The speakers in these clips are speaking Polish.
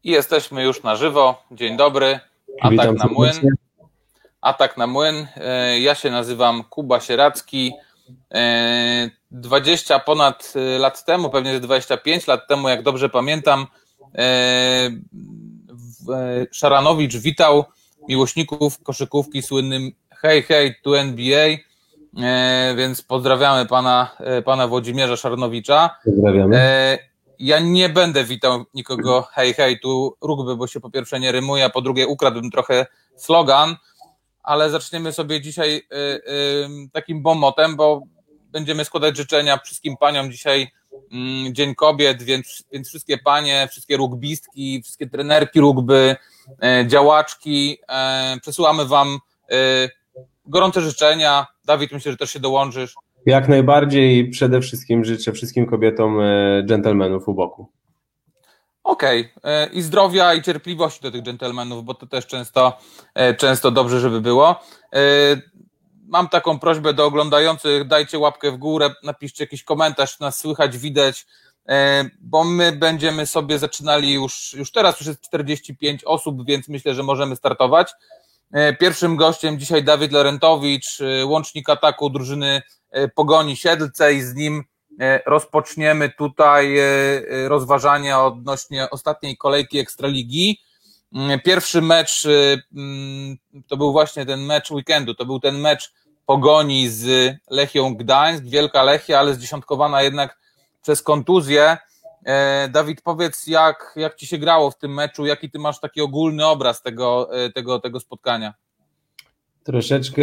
I jesteśmy już na żywo. Dzień dobry. Witam Atak na młyn. serdecznie. Atak na młyn. Ja się nazywam Kuba Sieracki. 20 ponad lat temu, pewnie 25 lat temu, jak dobrze pamiętam, Szaranowicz witał miłośników koszykówki słynnym hej, hej, tu NBA, więc pozdrawiamy pana Włodzimierza Szaranowicza. Pozdrawiamy. Ja nie będę witał nikogo hej, hej, tu rugby, bo się po pierwsze nie rymuje, a po drugie ukradłbym trochę slogan, ale zaczniemy sobie dzisiaj takim bomotem, bo będziemy składać życzenia wszystkim paniom. Dzisiaj Dzień Kobiet, więc wszystkie panie, wszystkie rugbystki, wszystkie trenerki rugby, działaczki, przesyłamy wam gorące życzenia. Dawid, myślę, że też się dołączysz. Jak najbardziej i przede wszystkim życzę wszystkim kobietom dżentelmenów u boku. Okej. I zdrowia i cierpliwości do tych dżentelmenów, bo to też często dobrze, żeby było. Mam taką prośbę do oglądających, dajcie łapkę w górę, napiszcie jakiś komentarz, czy nas słychać, widać, bo my będziemy sobie zaczynali już teraz, już jest 45 osób, więc myślę, że możemy startować. Pierwszym gościem dzisiaj Dawid Lorentowicz, łącznik ataku drużyny Pogoni Siedlce, i z nim rozpoczniemy tutaj rozważania odnośnie ostatniej kolejki Ekstraligi. Pierwszy mecz to był właśnie ten mecz weekendu, to był ten mecz Pogoni z Lechią Gdańsk, wielka Lechia, ale zdziesiątkowana jednak przez kontuzję. Dawid, powiedz, jak ci się grało w tym meczu, jaki ty masz taki ogólny obraz tego spotkania? Troszeczkę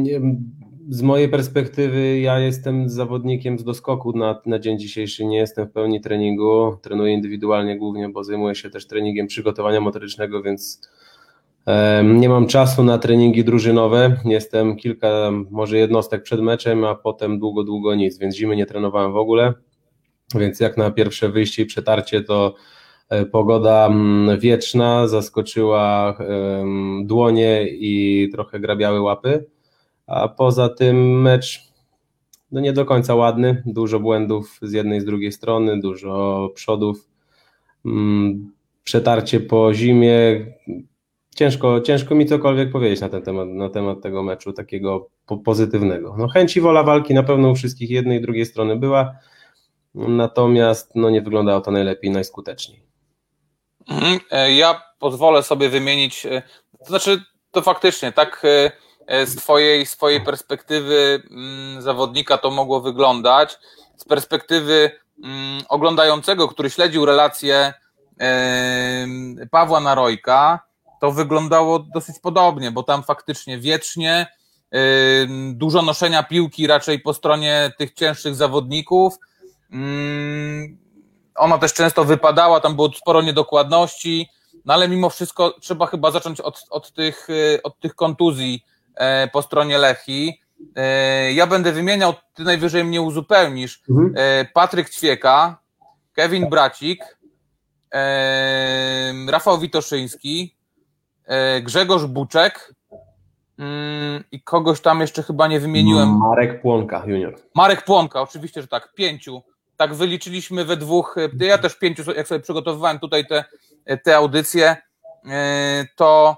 z mojej perspektywy ja jestem zawodnikiem z doskoku na dzień dzisiejszy, nie jestem w pełni treningu, trenuję indywidualnie głównie, bo zajmuję się też treningiem przygotowania motorycznego, więc nie mam czasu na treningi drużynowe, jestem kilka może jednostek przed meczem, a potem długo nic, więc zimy nie trenowałem w ogóle, więc jak na pierwsze wyjście i przetarcie to pogoda wietrzna zaskoczyła dłonie i trochę grabiały łapy, a poza tym mecz nie do końca ładny, dużo błędów z jednej i z drugiej strony, dużo przodów, przetarcie po zimie, ciężko mi cokolwiek powiedzieć na temat tego meczu takiego pozytywnego. Chęć i wola walki na pewno u wszystkich jednej i drugiej strony była, natomiast nie wyglądało to najlepiej, najskuteczniej. Ja pozwolę sobie wymienić, to faktycznie tak z twojej perspektywy zawodnika to mogło wyglądać, z perspektywy oglądającego, który śledził relacje Pawła Narojka, to wyglądało dosyć podobnie, bo tam faktycznie wiecznie, dużo noszenia piłki raczej po stronie tych cięższych zawodników. Ona też często wypadała, tam było sporo niedokładności, ale mimo wszystko trzeba chyba zacząć od tych kontuzji po stronie Lechii. Ja będę wymieniał, ty najwyżej mnie uzupełnisz. Patryk Ćwieka, Kevin Bracik, Rafał Witoszyński, Grzegorz Buczek i kogoś tam jeszcze chyba nie wymieniłem. Marek Płonka, junior. Marek Płonka, oczywiście, że tak, 5. Tak wyliczyliśmy we dwóch, ja też 5, jak sobie przygotowywałem tutaj te audycje, to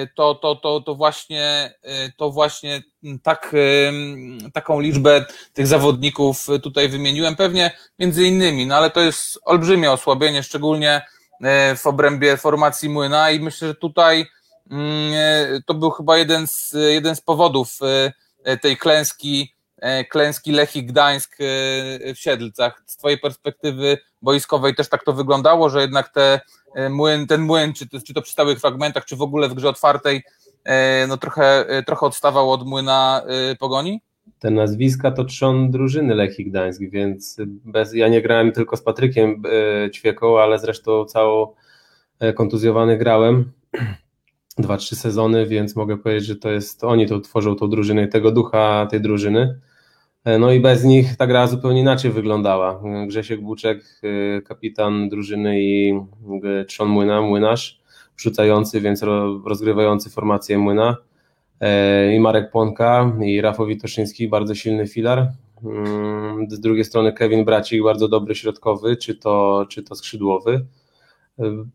właśnie taką liczbę tych zawodników tutaj wymieniłem, pewnie między innymi, ale to jest olbrzymie osłabienie, szczególnie w obrębie formacji Młyna, i myślę, że tutaj to był chyba jeden z powodów tej klęski Lechii Gdańsk w Siedlcach. Z twojej perspektywy boiskowej też tak to wyglądało, że jednak ten młyn, czy to przy stałych fragmentach, czy w ogóle w grze otwartej, trochę odstawał od Młyna Pogoni? Te nazwiska to trzon drużyny Lechii Gdańsk, więc ja nie grałem tylko z Patrykiem Ćwieką, ale zresztą cało kontuzjowany grałem 2-3 sezony, więc mogę powiedzieć, że oni to tworzą tą drużynę i tego ducha tej drużyny. I bez nich ta gra zupełnie inaczej wyglądała. Grzesiek Buczek, kapitan drużyny, i trzon Młyna, młynarz, rzucający, więc rozgrywający formację Młyna, i Marek Płonka, i Rafał Witoszyński, bardzo silny filar. Z drugiej strony Kevin Bracik, bardzo dobry środkowy, czy to skrzydłowy.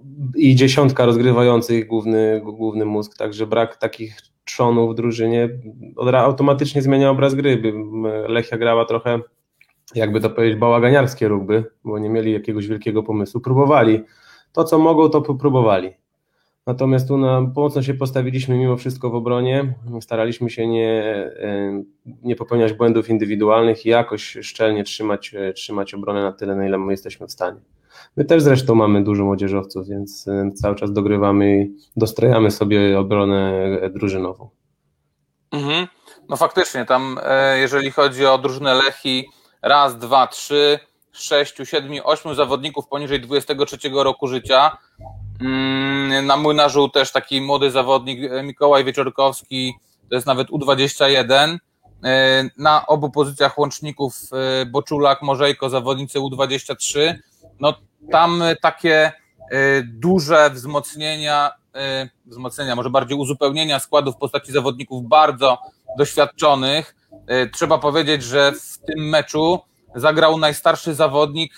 i dziesiątka rozgrywających, główny mózg, także brak takich trzonów w drużynie automatycznie zmienia obraz gry. Lechia grała trochę, jakby to powiedzieć, bałaganiarskie rugby, bo nie mieli jakiegoś wielkiego pomysłu. Próbowali. To, co mogą, to próbowali. Natomiast tu mocno się postawiliśmy mimo wszystko w obronie. Staraliśmy się nie popełniać błędów indywidualnych i jakoś szczelnie trzymać obronę na tyle, na ile my jesteśmy w stanie. My też zresztą mamy dużo młodzieżowców, więc cały czas dogrywamy i dostrajamy sobie obronę drużynową. Mhm. No faktycznie, tam jeżeli chodzi o drużynę Lechii, 1, 2, 3, 6, 7, 8 zawodników poniżej 23 roku życia. Na Młynarzu też taki młody zawodnik Mikołaj Wieczorkowski, to jest nawet U21. Na obu pozycjach łączników Boczulak, Morzejko, zawodnicy U23. No tam takie duże wzmocnienia, może bardziej uzupełnienia składu w postaci zawodników bardzo doświadczonych. Trzeba powiedzieć, że w tym meczu zagrał najstarszy zawodnik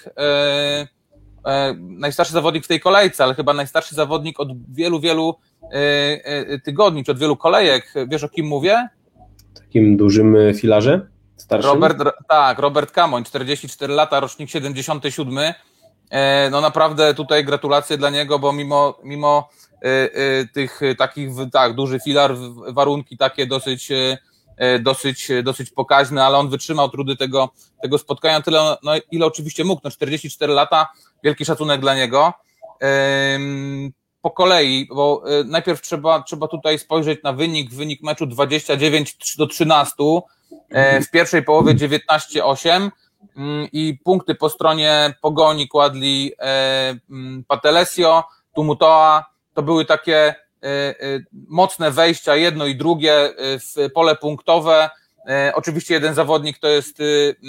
w tej kolejce, ale chyba najstarszy zawodnik od wielu tygodni, czy od wielu kolejek. Wiesz, o kim mówię? Takim dużym filarze? Starszym? Robert Kamoń, 44 lata, rocznik 77. No naprawdę tutaj gratulacje dla niego, bo mimo tych takich, duży filar, warunki takie dosyć pokaźne, ale on wytrzymał trudy tego spotkania tyle, ile oczywiście mógł. 44 lata, wielki szacunek dla niego. Po kolei, bo najpierw trzeba tutaj spojrzeć na wynik meczu 29-13, w pierwszej połowie 19-8 i punkty po stronie Pogoni kładli Patelesio, Tumutoa. To były takie mocne wejścia, jedno i drugie w pole punktowe. Oczywiście jeden zawodnik to jest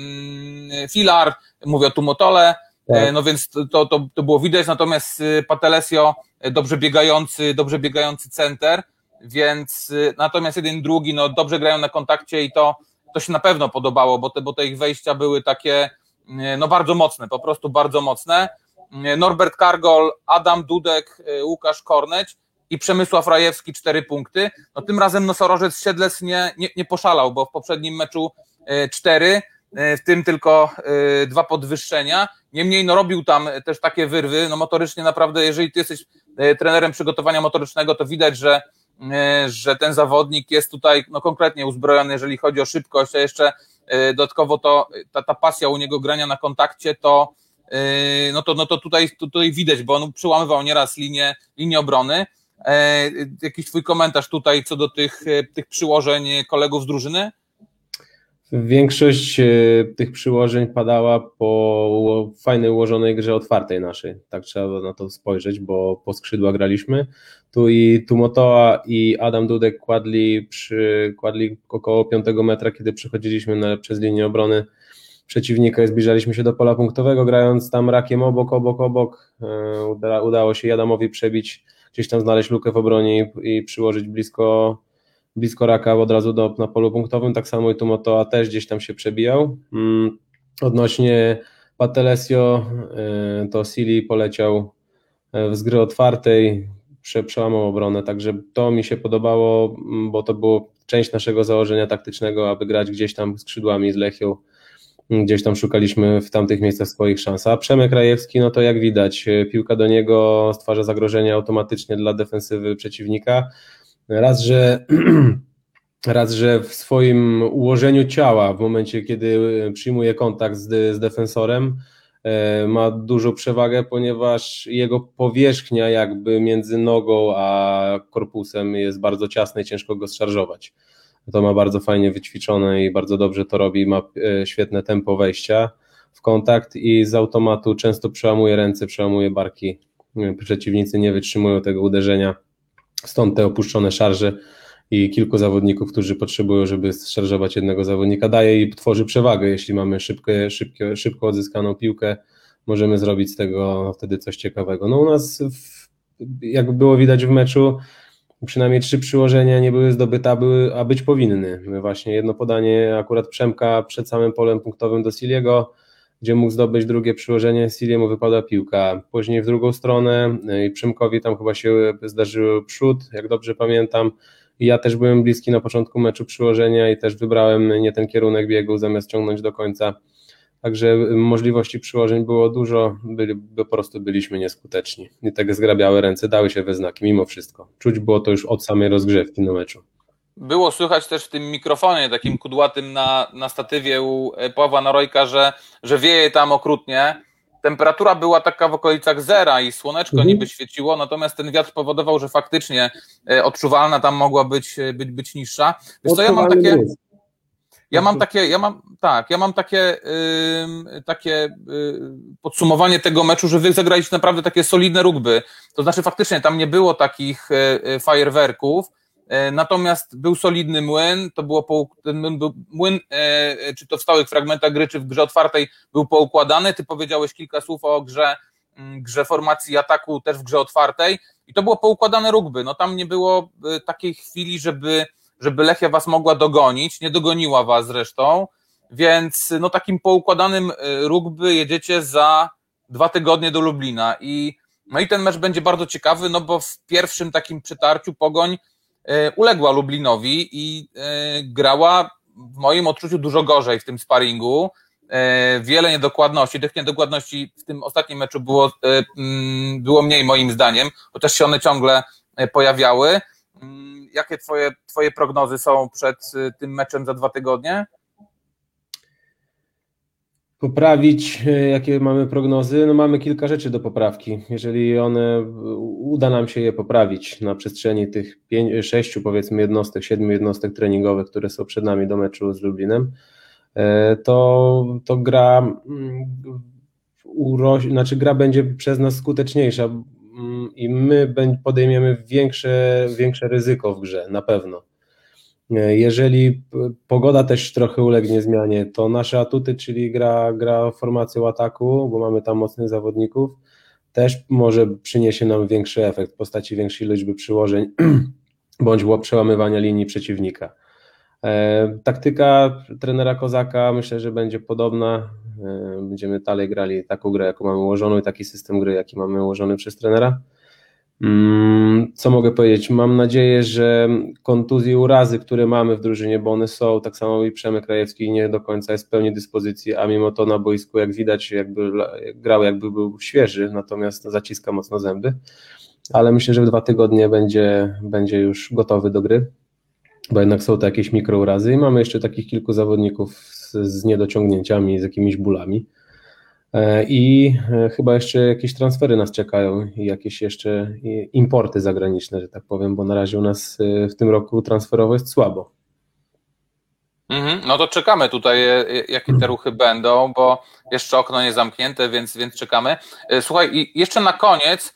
filar, mówię o Tumotole, tak. No więc to było widać, natomiast Patelesio dobrze biegający center, więc natomiast jeden i drugi dobrze grają na kontakcie i to się na pewno podobało, bo te ich wejścia były takie bardzo mocne, po prostu bardzo mocne. Norbert Kargol, Adam Dudek, Łukasz Korneć i Przemysław Rajewski 4 punkty. No tym razem Nosorożec Siedlec nie poszalał, bo w poprzednim meczu 4, w tym tylko 2 podwyższenia. Niemniej robił tam też takie wyrwy, motorycznie naprawdę, jeżeli ty jesteś trenerem przygotowania motorycznego, to widać, że ten zawodnik jest tutaj konkretnie uzbrojony, jeżeli chodzi o szybkość, a jeszcze dodatkowo to ta pasja u niego grania na kontakcie, to tutaj widać, bo on przełamywał nieraz linię obrony. Jakiś twój komentarz tutaj co do tych przyłożeń kolegów z drużyny? Większość tych przyłożeń padała po fajnej ułożonej grze otwartej naszej, tak trzeba na to spojrzeć, bo po skrzydła graliśmy. Tu i Tumotoa i Adam Dudek kładli około 5 metra, kiedy przechodziliśmy przez linię obrony przeciwnika i zbliżaliśmy się do pola punktowego, grając tam rakiem obok. Udało się Adamowi przebić, gdzieś tam znaleźć lukę w obronie i przyłożyć blisko raka od razu na polu punktowym, tak samo i Tumotoa też gdzieś tam się przebijał. Odnośnie Patelesio, to Sili poleciał z gry otwartej, przełamał obronę, także to mi się podobało, bo to było część naszego założenia taktycznego, aby grać gdzieś tam skrzydłami z Lechią, gdzieś tam szukaliśmy w tamtych miejscach swoich szans, a Przemek Rajewski, to jak widać, piłka do niego stwarza zagrożenie automatycznie dla defensywy przeciwnika. Raz, że w swoim ułożeniu ciała, w momencie kiedy przyjmuje kontakt z defensorem, ma dużą przewagę, ponieważ jego powierzchnia jakby między nogą a korpusem jest bardzo ciasna i ciężko go zszarżować. To ma bardzo fajnie wyćwiczone i bardzo dobrze to robi, ma świetne tempo wejścia w kontakt i z automatu często przełamuje ręce, przełamuje barki. Przeciwnicy nie wytrzymują tego uderzenia. Stąd te opuszczone szarże i kilku zawodników, którzy potrzebują, żeby szarżować jednego zawodnika, daje i tworzy przewagę. Jeśli mamy szybko odzyskaną piłkę, możemy zrobić z tego wtedy coś ciekawego. U nas, jak było widać w meczu, przynajmniej 3 przyłożenia nie były zdobyte, a być powinny. Właśnie jedno podanie akurat Przemka przed samym polem punktowym do Siliego, gdzie mógł zdobyć drugie przyłożenie, Siliemu wypadła piłka, później w drugą stronę i Przemkowi tam chyba się zdarzył przód, jak dobrze pamiętam. I ja też byłem bliski na początku meczu przyłożenia i też wybrałem nie ten kierunek biegu zamiast ciągnąć do końca. Także możliwości przyłożeń było dużo, po prostu byliśmy nieskuteczni. I te zgrabiałe ręce dały się we znaki mimo wszystko. Czuć było to już od samej rozgrzewki na meczu. Było słychać też w tym mikrofonie takim kudłatym na statywie u Pawła Norojka, że wieje tam okrutnie. Temperatura była taka w okolicach zera i słoneczko niby świeciło, natomiast ten wiatr powodował, że faktycznie odczuwalna tam mogła być niższa. Wiesz co, ja mam takie podsumowanie tego meczu, że wy zagraliście naprawdę takie solidne rugby. To znaczy faktycznie tam nie było takich fajerwerków, natomiast był solidny młyn, młyn, czy to w stałych fragmentach gry, czy w grze otwartej był poukładany. Ty powiedziałeś kilka słów o grze formacji ataku też w grze otwartej i to było poukładane rugby. No tam nie było takiej chwili, żeby Lechia was mogła dogonić, nie dogoniła was zresztą, więc no takim poukładanym rugby jedziecie za 2 tygodnie do Lublina i ten mecz będzie bardzo ciekawy, no bo w pierwszym takim przetarciu Pogoń uległa Lublinowi i grała w moim odczuciu dużo gorzej w tym sparingu, wiele niedokładności, tych niedokładności w tym ostatnim meczu było mniej moim zdaniem, chociaż się one ciągle pojawiały. Jakie twoje prognozy są przed tym meczem za 2 tygodnie? Poprawić, jakie mamy prognozy? No mamy kilka rzeczy do poprawki. Jeżeli uda nam się je poprawić na przestrzeni tych 6 powiedzmy jednostek, 7 jednostek treningowych, które są przed nami do meczu z Lublinem, to gra będzie przez nas skuteczniejsza i my podejmiemy większe ryzyko w grze, na pewno. Jeżeli pogoda też trochę ulegnie zmianie, to nasze atuty, czyli gra formacją ataku, bo mamy tam mocnych zawodników, też może przyniesie nam większy efekt w postaci większej liczby przyłożeń bądź przełamywania linii przeciwnika. Taktyka trenera Kozaka myślę, że będzie podobna. Będziemy dalej grali taką grę, jaką mamy ułożoną i taki system gry, jaki mamy ułożony przez trenera. Co mogę powiedzieć? Mam nadzieję, że kontuzje i urazy, które mamy w drużynie, bo one są, tak samo i Przemek Krajewski nie do końca jest w pełni dyspozycji, a mimo to na boisku, jak widać, grał jakby był świeży, natomiast zaciska mocno zęby, ale myślę, że w 2 tygodnie będzie już gotowy do gry, bo jednak są to jakieś mikrourazy i mamy jeszcze takich kilku zawodników z niedociągnięciami, z jakimiś bólami. I chyba jeszcze jakieś transfery nas czekają i jakieś jeszcze importy zagraniczne, że tak powiem, bo na razie u nas w tym roku transferowo jest słabo. No to czekamy tutaj, jakie te ruchy będą, bo jeszcze okno nie zamknięte, więc czekamy. Słuchaj, i jeszcze na koniec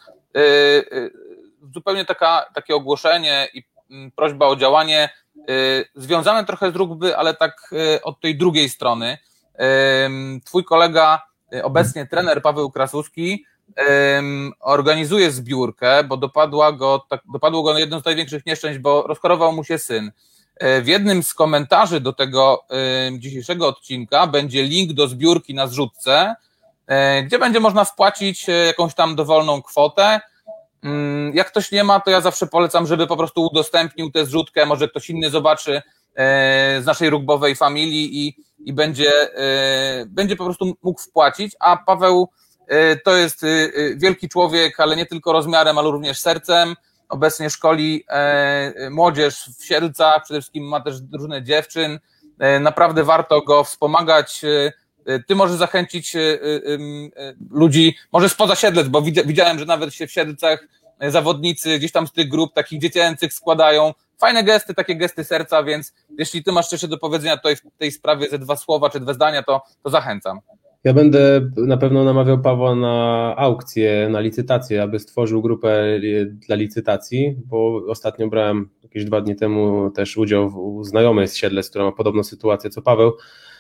zupełnie takie ogłoszenie i prośba o działanie związane trochę z rugby, ale tak od tej drugiej strony. Twój kolega, obecnie trener Paweł Krasuski, organizuje zbiórkę, bo dopadło go jedno z największych nieszczęść, bo rozchorował mu się syn. W jednym z komentarzy do tego dzisiejszego odcinka będzie link do zbiórki na zrzutce, gdzie będzie można wpłacić jakąś tam dowolną kwotę. Jak ktoś nie ma, to ja zawsze polecam, żeby po prostu udostępnił tę zrzutkę, może ktoś inny zobaczy z naszej rugbowej familii i będzie po prostu mógł wpłacić, a Paweł to jest wielki człowiek, ale nie tylko rozmiarem, ale również sercem. Obecnie szkoli młodzież w Siedlcach, przede wszystkim ma też drużynę dziewczyn. Naprawdę warto go wspomagać. Ty możesz zachęcić ludzi, może spoza Siedlec, bo widziałem, że nawet się w Siedlcach zawodnicy gdzieś tam z tych grup takich dziecięcych składają. Fajne gesty, takie gesty serca, więc jeśli ty masz coś do powiedzenia tutaj w tej sprawie ze 2 słowa czy 2 zdania, to zachęcam. Ja będę na pewno namawiał Pawła na aukcję, na licytację, aby stworzył grupę dla licytacji, bo ostatnio brałem jakieś 2 dni temu też udział u znajomej z Siedlec, która ma podobną sytuację co Paweł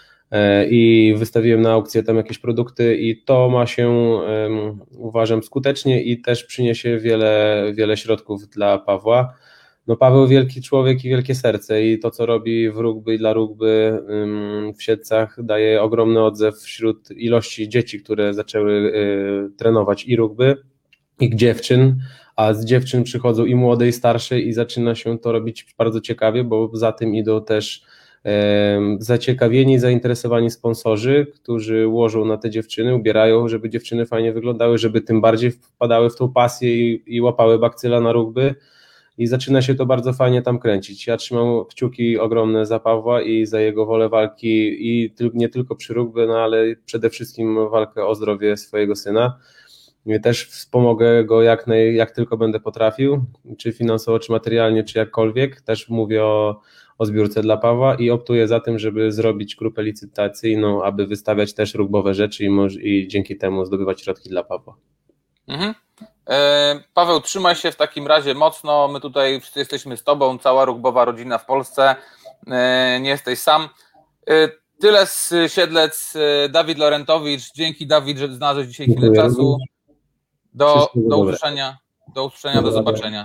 i wystawiłem na aukcję tam jakieś produkty i to ma się, uważam, skutecznie i też przyniesie wiele środków dla Pawła. No Paweł wielki człowiek i wielkie serce i to, co robi w rugby i dla rugby w Siedlcach, daje ogromny odzew wśród ilości dzieci, które zaczęły trenować i rugby, i dziewczyn, a z dziewczyn przychodzą i młode, i starsze i zaczyna się to robić bardzo ciekawie, bo za tym idą też zaciekawieni, zainteresowani sponsorzy, którzy łożą na te dziewczyny, ubierają, żeby dziewczyny fajnie wyglądały, żeby tym bardziej wpadały w tą pasję i łapały bakcyla na rugby i zaczyna się to bardzo fajnie tam kręcić. Ja trzymam kciuki ogromne za Pawła i za jego wolę walki i nie tylko przy rugby, no ale przede wszystkim walkę o zdrowie swojego syna. Też wspomogę go jak tylko będę potrafił, czy finansowo, czy materialnie, czy jakkolwiek. Też mówię o zbiórce dla Pawła i optuję za tym, żeby zrobić grupę licytacyjną, aby wystawiać też rugbowe rzeczy i dzięki temu zdobywać środki dla Pawła. Mhm. Paweł, trzymaj się w takim razie mocno, my tutaj wszyscy jesteśmy z tobą, cała rugbowa rodzina w Polsce, nie jesteś sam. Tyle z Siedlec, Dawid Lorentowicz, dzięki Dawid, że znalazłeś dzisiaj chwilę czasu. Do usłyszenia, do zobaczenia.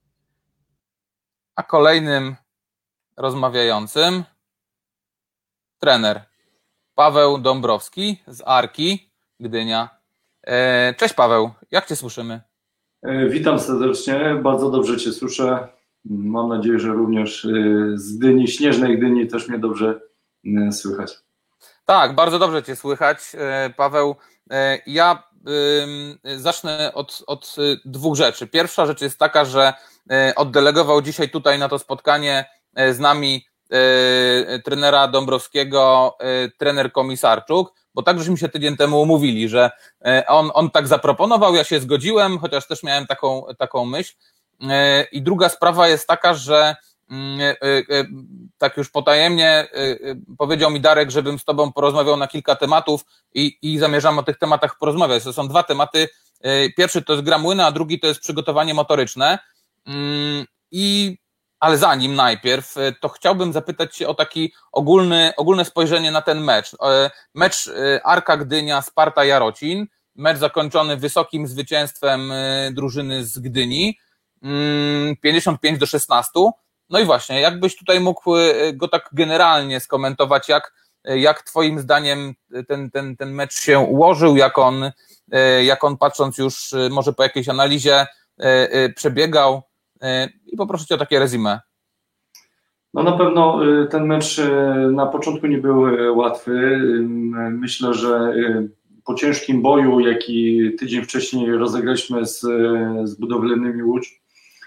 A kolejnym rozmawiającym trener Paweł Dąbrowski z Arki Gdynia. Cześć Paweł, jak Cię słyszymy? Witam serdecznie, bardzo dobrze Cię słyszę. Mam nadzieję, że również z Gdyni, śnieżnej Gdyni też mnie dobrze słychać. Tak, bardzo dobrze Cię słychać, Paweł. Ja zacznę od dwóch rzeczy. Pierwsza rzecz jest taka, że oddelegował dzisiaj tutaj na to spotkanie z nami trenera Dąbrowskiego trener Komisarczuk, bo tak żeśmy się tydzień temu umówili, że on tak zaproponował, ja się zgodziłem, chociaż też miałem taką myśl. I druga sprawa jest taka, że tak już potajemnie powiedział mi Darek, żebym z tobą porozmawiał na kilka tematów i zamierzam o tych tematach porozmawiać. To są dwa tematy. Pierwszy to jest gra młyna, a drugi to jest przygotowanie motoryczne. Ale zanim najpierw, to chciałbym zapytać Cię o taki ogólne spojrzenie na ten mecz. Mecz Arka Gdynia, Sparta Jarocin, mecz zakończony wysokim zwycięstwem drużyny z Gdyni, 55-16. No i właśnie, jakbyś tutaj mógł go tak generalnie skomentować, jak Twoim zdaniem ten mecz się ułożył, jak on patrząc już może po jakiejś analizie przebiegał, i poproszę Cię o takie resume. No na pewno ten mecz na początku nie był łatwy. Myślę, że po ciężkim boju, jaki tydzień wcześniej rozegraliśmy z budowlanymi Łódź,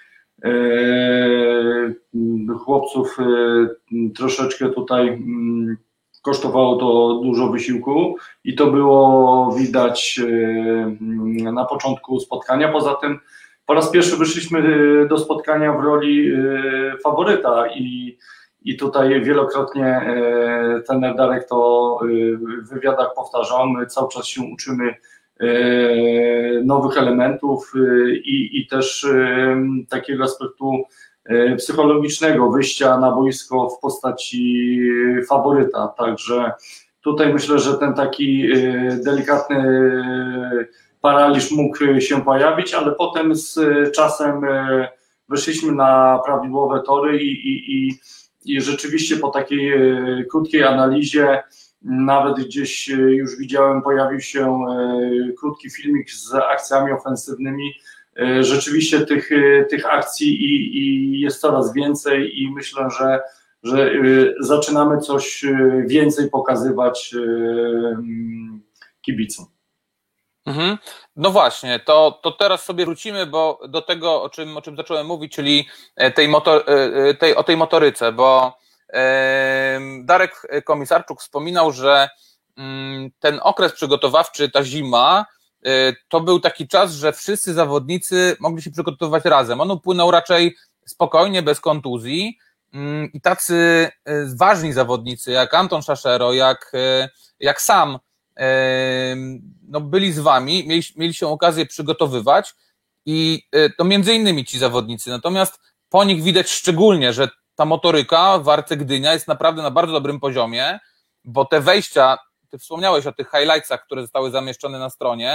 chłopców troszeczkę tutaj kosztowało to dużo wysiłku i to było widać na początku spotkania. Poza tym po raz pierwszy wyszliśmy do spotkania w roli faworyta i tutaj wielokrotnie trener Darek to w wywiadach powtarzał, my cały czas się uczymy nowych elementów i też takiego aspektu psychologicznego wyjścia na boisko w postaci faworyta, także tutaj myślę, że ten taki delikatny paraliż mógł się pojawić, ale potem z czasem weszliśmy na prawidłowe tory i rzeczywiście po takiej krótkiej analizie, nawet gdzieś już widziałem, pojawił się krótki filmik z akcjami ofensywnymi. Rzeczywiście tych akcji i jest coraz więcej i myślę, że zaczynamy coś więcej pokazywać kibicom. No właśnie, to teraz sobie wrócimy, bo do tego, o czym zacząłem mówić, czyli o tej motoryce, bo Darek Komisarczuk wspominał, że ten okres przygotowawczy, ta zima, to był taki czas, że wszyscy zawodnicy mogli się przygotowywać razem. On upłynął raczej spokojnie, bez kontuzji i tacy ważni zawodnicy jak Anton Szaszero, jak sam, no byli z wami, mieli się okazję przygotowywać i to między innymi ci zawodnicy, natomiast po nich widać szczególnie, że ta motoryka w Arce Gdynia jest naprawdę na bardzo dobrym poziomie, bo te wejścia, ty wspomniałeś o tych highlightsach, które zostały zamieszczone na stronie,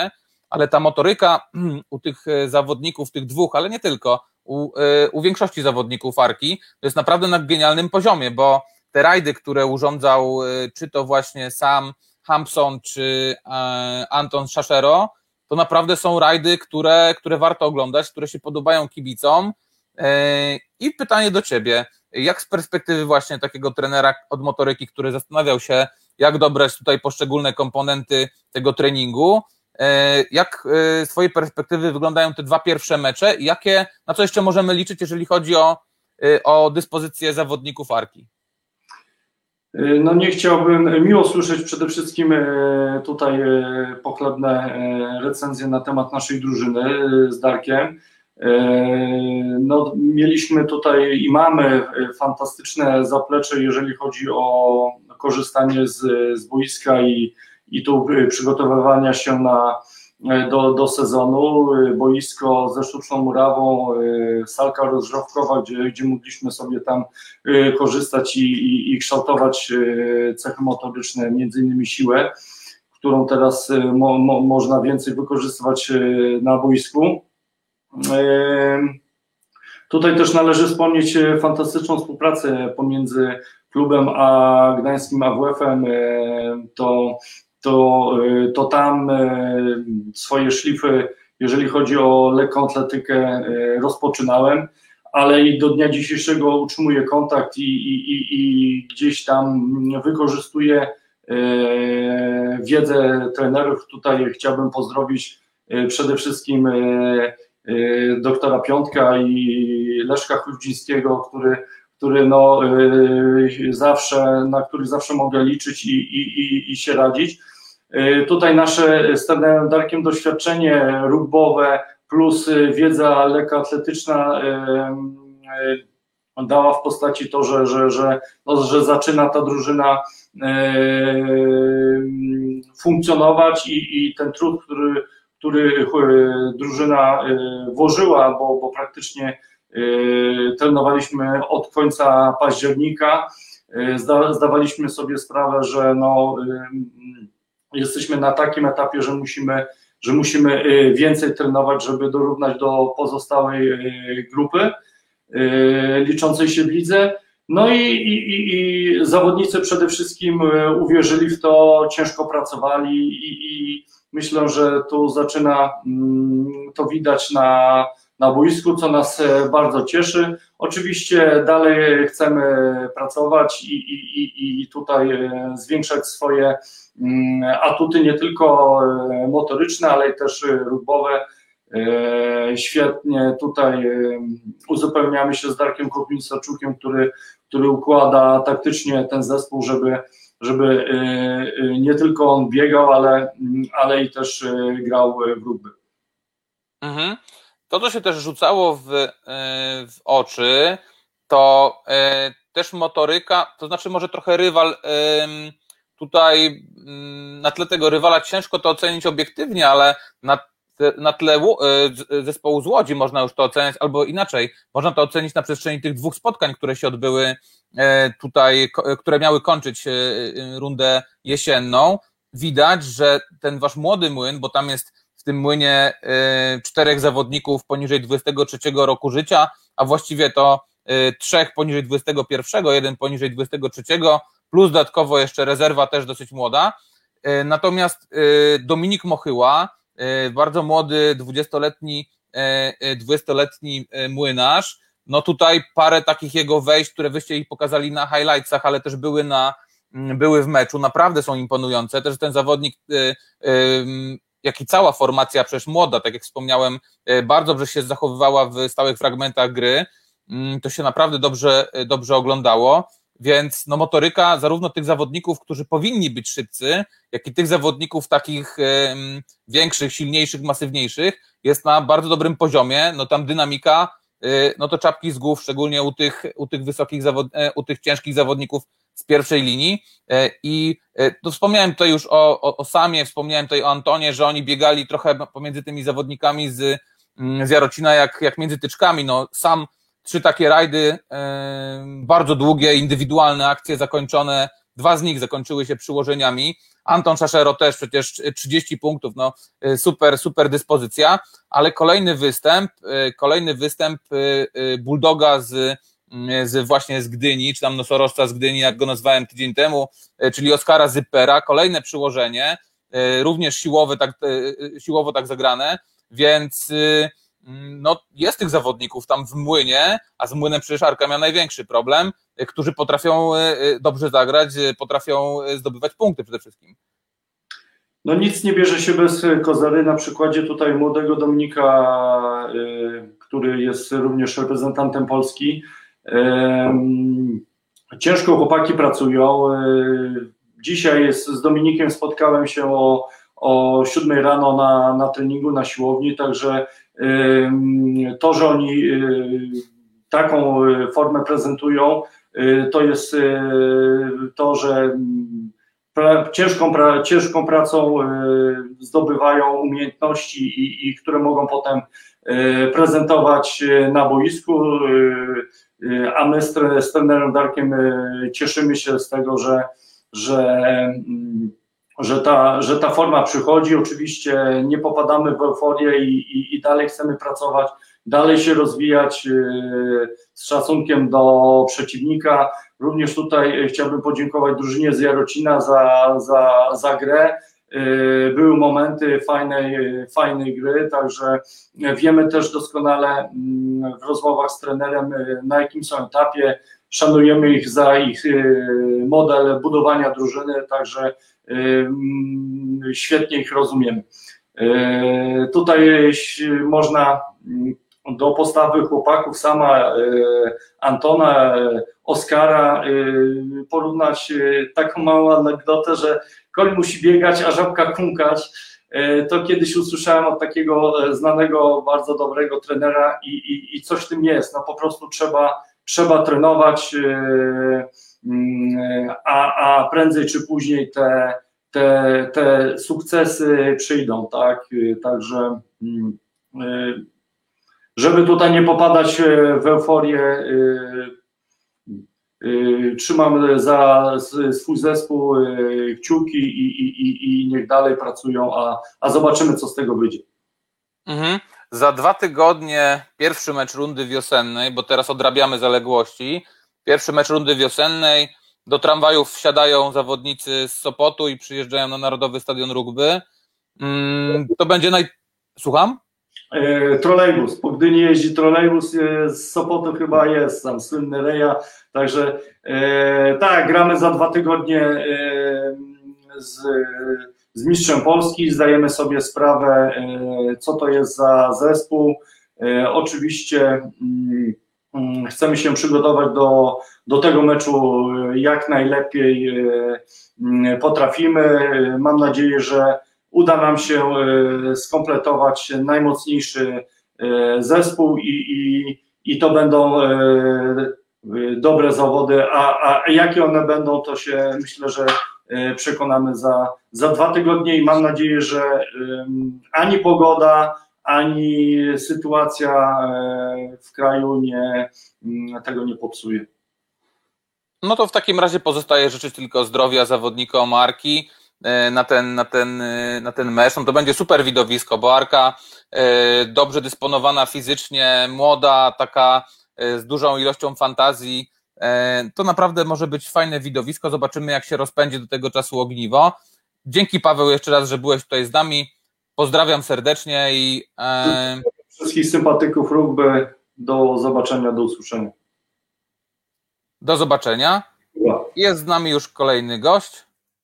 ale ta motoryka u tych zawodników, tych dwóch, ale nie tylko, u większości zawodników Arki, to jest naprawdę na genialnym poziomie, bo te rajdy, które urządzał czy to właśnie sam Hampson, czy Anton Szaszero, to naprawdę są rajdy, które warto oglądać, które się podobają kibicom. I pytanie do Ciebie, jak z perspektywy właśnie takiego trenera od motoryki, który zastanawiał się, jak dobrać tutaj poszczególne komponenty tego treningu, jak z Twojej perspektywy wyglądają te 2 pierwsze mecze i na co jeszcze możemy liczyć, jeżeli chodzi o dyspozycję zawodników Arki? No nie chciałbym, miło słyszeć przede wszystkim tutaj pochlebne recenzje na temat naszej drużyny z Darkiem. No, mieliśmy tutaj i mamy fantastyczne zaplecze, jeżeli chodzi o korzystanie z boiska i tu przygotowywania się do sezonu. Boisko ze sztuczną murawą, salka rozgrzewkowa, gdzie mogliśmy sobie tam korzystać i kształtować cechy motoryczne, między innymi siłę, którą teraz można więcej wykorzystywać na boisku. Tutaj też należy wspomnieć fantastyczną współpracę pomiędzy klubem a gdańskim AWF-em. To tam swoje szlify, jeżeli chodzi o lekką atletykę, rozpoczynałem, ale i do dnia dzisiejszego utrzymuję kontakt i gdzieś tam wykorzystuję wiedzę trenerów. Tutaj chciałbym pozdrowić przede wszystkim doktora Piątka i Leszka Chrudzińskiego, na których zawsze mogę liczyć i się radzić. Tutaj nasze z trenerem Darkiem doświadczenie rugbowe plus wiedza lekkoatletyczna dała w postaci to, że zaczyna ta drużyna funkcjonować i ten trud, który drużyna włożyła, bo praktycznie trenowaliśmy od końca października, zdawaliśmy sobie sprawę, że jesteśmy na takim etapie, że musimy więcej trenować, żeby dorównać do pozostałej grupy liczącej się w lidze. No i zawodnicy przede wszystkim uwierzyli w to, ciężko pracowali i myślę, że tu zaczyna to widać na boisku, co nas bardzo cieszy. Oczywiście dalej chcemy pracować i tutaj zwiększać swoje atuty, nie tylko motoryczne, ale też rugbowe. Świetnie tutaj uzupełniamy się z Darkiem Kopińczaczukiem, który układa taktycznie ten zespół, żeby nie tylko on biegał, ale i też grał w rugby. Mhm. To, co się też rzucało w oczy, to też motoryka, to znaczy może trochę rywal, tutaj na tle tego rywala ciężko to ocenić obiektywnie, ale na tle zespołu z Łodzi można już to oceniać, albo inaczej, można to ocenić na przestrzeni tych 2 spotkań, które się odbyły tutaj, które miały kończyć rundę jesienną. Widać, że ten wasz młody młyn, bo tam jest w tym młynie 4 zawodników poniżej 23 roku życia, a właściwie to 3 poniżej 21, 1 poniżej 23, plus dodatkowo jeszcze rezerwa też dosyć młoda. Natomiast Dominik Mochyła, bardzo młody, 20-letni młynarz, no tutaj parę takich jego wejść, które wyście ich pokazali na highlightsach, ale też były w meczu, naprawdę są imponujące. Też ten zawodnik, jak i cała formacja przecież młoda, tak jak wspomniałem, bardzo dobrze się zachowywała w stałych fragmentach gry, to się naprawdę dobrze oglądało, więc no motoryka zarówno tych zawodników, którzy powinni być szybcy, jak i tych zawodników takich większych, silniejszych, masywniejszych jest na bardzo dobrym poziomie, no tam dynamika, no to czapki z głów, szczególnie u tych wysokich u tych ciężkich zawodników z pierwszej linii. I to wspomniałem tutaj już o Samie, wspomniałem tutaj o Antonie, że oni biegali trochę pomiędzy tymi zawodnikami z Jarocina jak między tyczkami. No Sam 3 takie rajdy, bardzo długie, indywidualne akcje zakończone 2 z nich zakończyły się przyłożeniami. Anton Szaszero też przecież 30 punktów, no super dyspozycja, ale kolejny występ Bulldoga właśnie z Gdyni, czy tam nosorożca z Gdyni, jak go nazwałem tydzień temu, czyli Oskara Zyppera, kolejne przyłożenie, również siłowo tak zagrane, więc no jest tych zawodników tam w Młynie, a z Młynem przecież Arka miał największy problem, którzy potrafią dobrze zagrać, potrafią zdobywać punkty przede wszystkim. No nic nie bierze się bez Kozary. Na przykładzie tutaj młodego Dominika, który jest również reprezentantem Polski. Ciężko chłopaki pracują. Dzisiaj z Dominikiem spotkałem się o 7 rano na treningu, na siłowni, także to, że oni taką formę prezentują, to jest to, że ciężką pracą zdobywają umiejętności i które mogą potem prezentować na boisku, a my z trenerem Darkiem cieszymy się z tego, że ta forma przychodzi. Oczywiście nie popadamy w euforię i dalej chcemy pracować, dalej się rozwijać z szacunkiem do przeciwnika. Również tutaj chciałbym podziękować drużynie z Jarocina za grę. Były momenty fajnej gry, także wiemy też doskonale w rozmowach z trenerem, na jakim są etapie. Szanujemy ich za ich model budowania drużyny, także świetnie ich rozumiemy. Tutaj można do postawy chłopaków sama Antona, Oskara porównać taką małą anegdotę, że koń musi biegać, a żabka kąkać. To kiedyś usłyszałem od takiego znanego, bardzo dobrego trenera i coś w tym jest. No po prostu trzeba trenować, a prędzej czy później te sukcesy przyjdą, tak? Także żeby tutaj nie popadać w euforię, trzymam za swój zespół kciuki i niech dalej pracują, a zobaczymy, co z tego wyjdzie. Mhm. Za 2 tygodnie pierwszy mecz rundy wiosennej, bo teraz odrabiamy zaległości. Pierwszy mecz rundy wiosennej. Do tramwajów wsiadają zawodnicy z Sopotu i przyjeżdżają na Narodowy Stadion Rugby. To będzie Słucham? Trolejbus. Po Gdyni jeździ trolejbus, z Sopotu chyba jest tam słynny Reja. Także tak, gramy za 2 tygodnie z mistrzem Polski, zdajemy sobie sprawę, co to jest za zespół. Oczywiście chcemy się przygotować do tego meczu jak najlepiej potrafimy. Mam nadzieję, że uda nam się skompletować najmocniejszy zespół i to będą dobre zawody, a jakie one będą, to się myślę, że przekonamy za 2 tygodnie i mam nadzieję, że ani pogoda, ani sytuacja w kraju tego nie popsuje. No to w takim razie pozostaje życzyć tylko zdrowia zawodnikom Arki na ten mecz. No to będzie super widowisko, bo Arka dobrze dysponowana fizycznie, młoda, taka z dużą ilością fantazji. To naprawdę może być fajne widowisko. Zobaczymy, jak się rozpędzi do tego czasu ogniwo. Dzięki, Paweł, jeszcze raz, że byłeś tutaj z nami. Pozdrawiam serdecznie i wszystkich sympatyków rugby. Do zobaczenia, do usłyszenia. Do zobaczenia. Jest z nami już kolejny gość.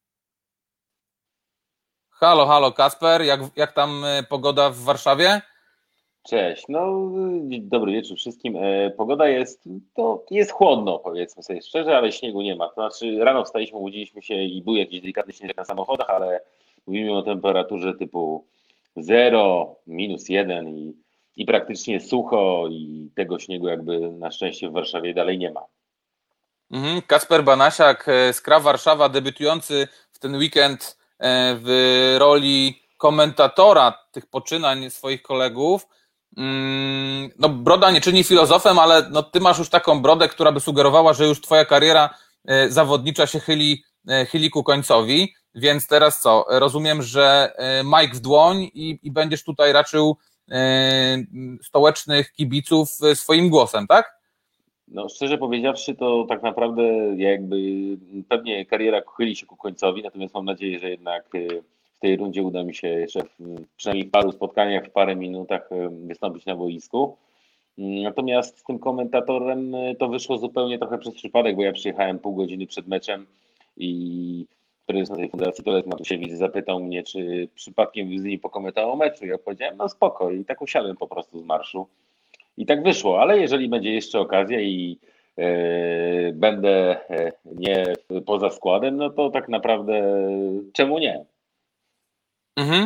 Halo, Kasper, jak tam pogoda w Warszawie? Cześć, dobry wieczór wszystkim. Pogoda jest chłodno, powiedzmy sobie szczerze, ale śniegu nie ma. To znaczy rano wstaliśmy, obudziliśmy się i był jakiś delikatny śnieg na samochodach, ale mówimy o temperaturze typu 0, -1 i praktycznie sucho i tego śniegu jakby na szczęście w Warszawie dalej nie ma. Kasper Banasiak, Skra Warszawa, debiutujący w ten weekend w roli komentatora tych poczynań swoich kolegów. No, broda nie czyni filozofem, ale no, ty masz już taką brodę, która by sugerowała, że już twoja kariera zawodnicza się chyli Chyliku Końcowi, więc teraz co? Rozumiem, że Mike w dłoń i będziesz tutaj raczył stołecznych kibiców swoim głosem, tak? No, szczerze powiedziawszy, to tak naprawdę jakby pewnie kariera chyli się ku końcowi, natomiast mam nadzieję, że jednak w tej rundzie uda mi się jeszcze przynajmniej w paru spotkaniach, w parę minutach wystąpić na boisku. Natomiast z tym komentatorem to wyszło zupełnie trochę przez przypadek, bo ja przyjechałem pół godziny przed meczem i prezes tej fundacji Tolet Matusiewicz zapytał mnie, czy przypadkiem z nim pokomentował meczu. Ja powiedziałem, no spoko, i tak usiadłem po prostu z marszu. I tak wyszło, ale jeżeli będzie jeszcze okazja i będę nie poza składem, no to tak naprawdę czemu nie? Mhm.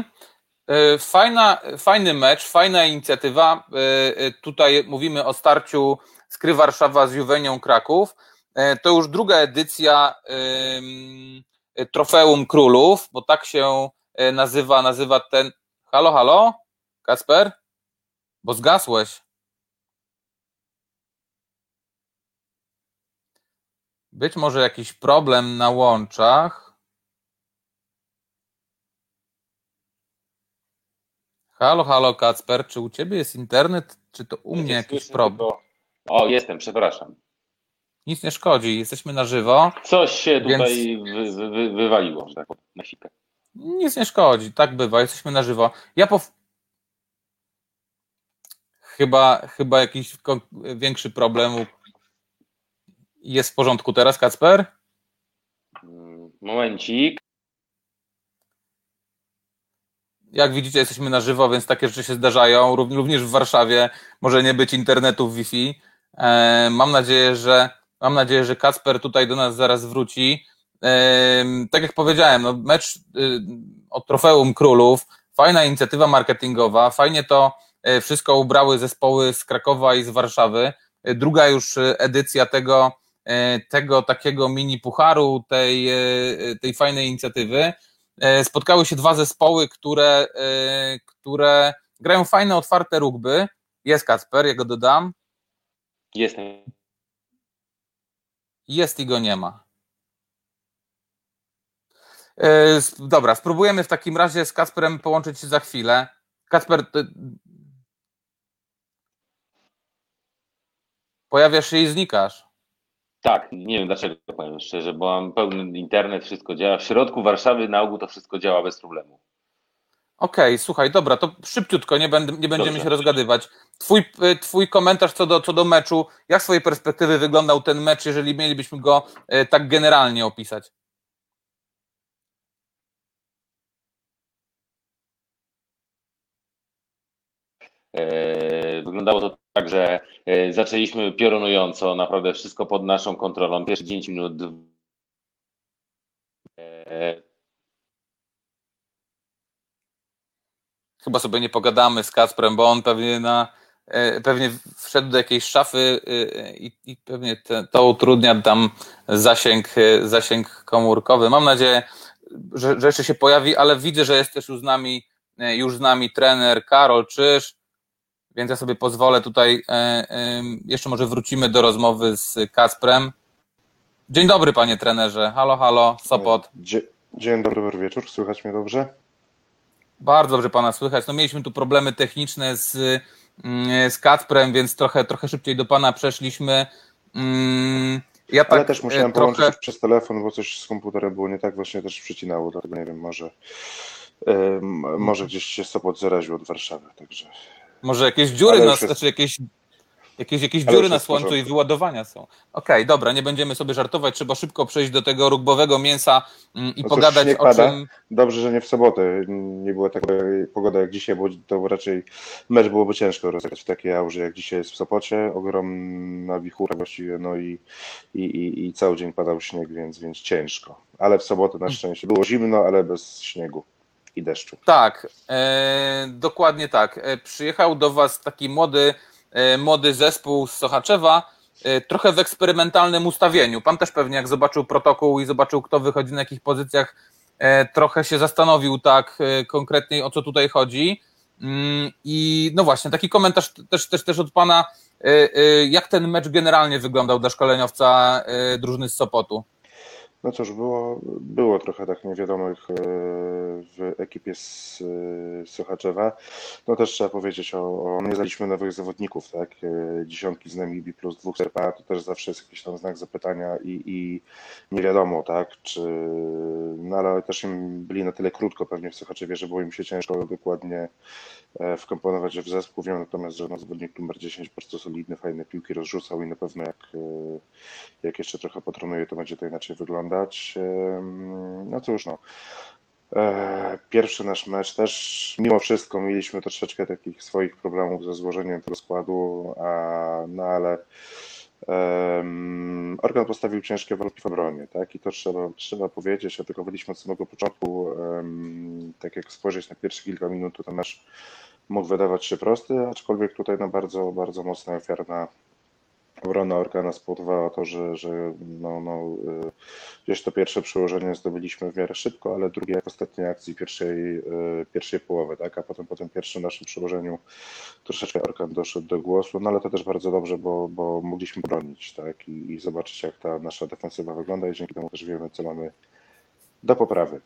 Fajny mecz, fajna inicjatywa. Tutaj mówimy o starciu Skry Warszawa z Juwenią Kraków. To już druga edycja Trofeum Królów, bo tak się nazywa ten... Halo, halo? Kacper? Bo zgasłeś. Być może jakiś problem na łączach. Halo, halo Kacper, czy u Ciebie jest internet, czy to u mnie jakiś problem? O, jestem, przepraszam. Nic nie szkodzi, jesteśmy na żywo. Coś się więc... tutaj wywaliło, że tak powiem, na sikę. Nic nie szkodzi, tak bywa, jesteśmy na żywo. Chyba jakiś większy problem. Jest w porządku teraz, Kacper? Momencik. Jak widzicie, jesteśmy na żywo, więc takie rzeczy się zdarzają. Również w Warszawie może nie być internetu Wi-Fi. Mam nadzieję, że Kacper tutaj do nas zaraz wróci. Tak jak powiedziałem, no mecz o Trofeum Królów, fajna inicjatywa marketingowa, fajnie to wszystko ubrały zespoły z Krakowa i z Warszawy. Druga już edycja tego takiego mini pucharu, tej fajnej inicjatywy. Spotkały się dwa zespoły, które grają fajne, otwarte rugby. Jest Kacper, ja go dodam. Jest i go nie ma. Dobra, spróbujemy w takim razie z Kacperem połączyć się za chwilę. Kacper, pojawiasz się i znikasz. Tak, nie wiem dlaczego, powiem szczerze, bo mam pełny internet, wszystko działa. W środku Warszawy na ogół to wszystko działa bez problemu. Okej, słuchaj, dobra, to szybciutko, nie będziemy się rozgadywać. Twój komentarz co do meczu, jak z twojej perspektywy wyglądał ten mecz, jeżeli mielibyśmy go tak generalnie opisać? Wyglądało to tak, że zaczęliśmy piorunująco, naprawdę wszystko pod naszą kontrolą. Pierwsze 10 minut Chyba sobie nie pogadamy z Kacprem, bo on pewnie wszedł do jakiejś szafy i pewnie to utrudnia tam zasięg komórkowy. Mam nadzieję, że jeszcze się pojawi, ale widzę, że jest też już z nami trener Karol Czyż, więc ja sobie pozwolę tutaj, jeszcze może wrócimy do rozmowy z Kacprem. Dzień dobry, panie trenerze. Halo, halo, Sopot. Dzień dobry wieczór, słychać mnie dobrze? Bardzo dobrze pana słychać. No mieliśmy tu problemy techniczne z Kacprem, więc trochę szybciej do pana przeszliśmy. Ale też musiałem połączyć przez telefon, bo coś z komputera było nie tak, właśnie też przycinało, dlatego nie wiem, może gdzieś się Sopot zaraził od Warszawy, także... Może jakieś dziury, jakieś dziury na słońcu i wyładowania są. Okej, dobra, nie będziemy sobie żartować, trzeba szybko przejść do tego rugbowego mięsa i pogadać o czym... Dobrze, że nie w sobotę nie była taka pogoda jak dzisiaj, bo to raczej mecz byłoby ciężko rozegrać w takiej aurze jak dzisiaj jest w Sopocie, ogromna wichura właściwie, no i cały dzień padał śnieg, więc ciężko. Ale w sobotę na szczęście było zimno, ale bez śniegu i deszczu. Tak, dokładnie tak. Przyjechał do was taki młody zespół z Sochaczewa, trochę w eksperymentalnym ustawieniu. Pan też pewnie jak zobaczył protokół i zobaczył, kto wychodzi na jakich pozycjach, trochę się zastanowił tak konkretniej, o co tutaj chodzi. I no właśnie, taki komentarz też od pana, jak ten mecz generalnie wyglądał dla szkoleniowca drużyny z Sopotu? No cóż, było trochę tak niewiadomych w ekipie z Sochaczewa. No też trzeba powiedzieć nie znaliśmy nowych zawodników, tak? Dziesiątki z nami plus 2 Serpa, to też zawsze jest jakiś tam znak zapytania i nie wiadomo, tak? No ale też im byli na tyle krótko pewnie w Sochaczewie, że było im się ciężko dokładnie wkomponować w zespół. Wiem natomiast, że zawodnik numer 10 po prostu solidny, fajne piłki rozrzucał i na pewno jak jeszcze trochę potrenuje, to będzie to inaczej wyglądać. No cóż, no. Pierwszy nasz mecz też, mimo wszystko, mieliśmy troszeczkę takich swoich problemów ze złożeniem tego składu, no ale Orkan postawił ciężkie warunki w obronie, tak? I to trzeba powiedzieć, atakowaliśmy od samego początku, tak jak spojrzeć na pierwsze kilka minut, to ten mecz mógł wydawać się prosty, aczkolwiek tutaj bardzo, bardzo mocna ofiarna obrona Orkana spowodowała to, że gdzieś to pierwsze przełożenie zdobyliśmy w miarę szybko, ale drugie w ostatniej akcji pierwszej połowy, tak? A potem po tym pierwszym naszym przełożeniu troszeczkę Orkan doszedł do głosu, no ale to też bardzo dobrze, bo mogliśmy bronić, tak? I zobaczyć, jak ta nasza defensywa wygląda i dzięki temu też wiemy, co mamy do poprawy.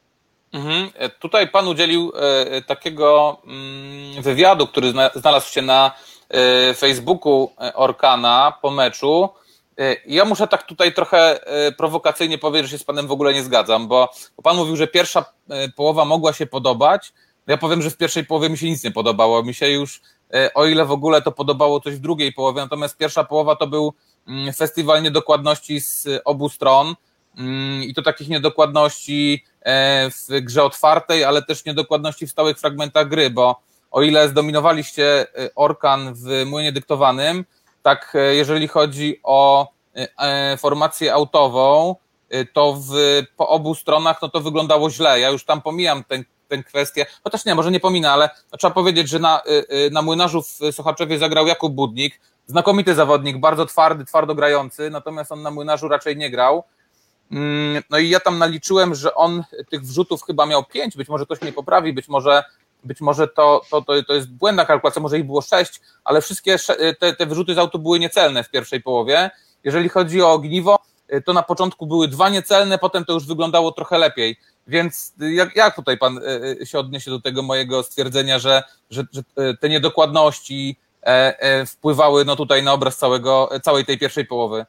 Tutaj pan udzielił takiego wywiadu, który znalazł się na Facebooku Orkana po meczu. Ja muszę tak tutaj trochę prowokacyjnie powiedzieć, że się z panem w ogóle nie zgadzam, bo pan mówił, że pierwsza połowa mogła się podobać. Ja powiem, że w pierwszej połowie mi się nic nie podobało. Mi się już, o ile w ogóle, to podobało coś w drugiej połowie, natomiast pierwsza połowa to był festiwal niedokładności z obu stron i to takich niedokładności w grze otwartej, ale też niedokładności w stałych fragmentach gry, bo o ile zdominowaliście Orkan w młynie dyktowanym, tak jeżeli chodzi o formację autową, to po obu stronach no to wyglądało źle. Ja już tam pomijam tę kwestię, chociaż nie, może nie pominę, ale trzeba powiedzieć, że na Młynarzu w Sochaczewie zagrał Jakub Budnik, znakomity zawodnik, bardzo twardy, twardo grający, natomiast on na Młynarzu raczej nie grał. No i ja tam naliczyłem, że on tych wrzutów chyba miał 5, być może ktoś mnie poprawi, być może to jest błędna kalkulacja, może ich było 6, ale wszystkie te wyrzuty z autu były niecelne w pierwszej połowie. Jeżeli chodzi o ogniwo, to na początku były 2 niecelne, potem to już wyglądało trochę lepiej. Więc jak tutaj pan się odniesie do tego mojego stwierdzenia, że te niedokładności wpływały no tutaj na obraz całej tej pierwszej połowy?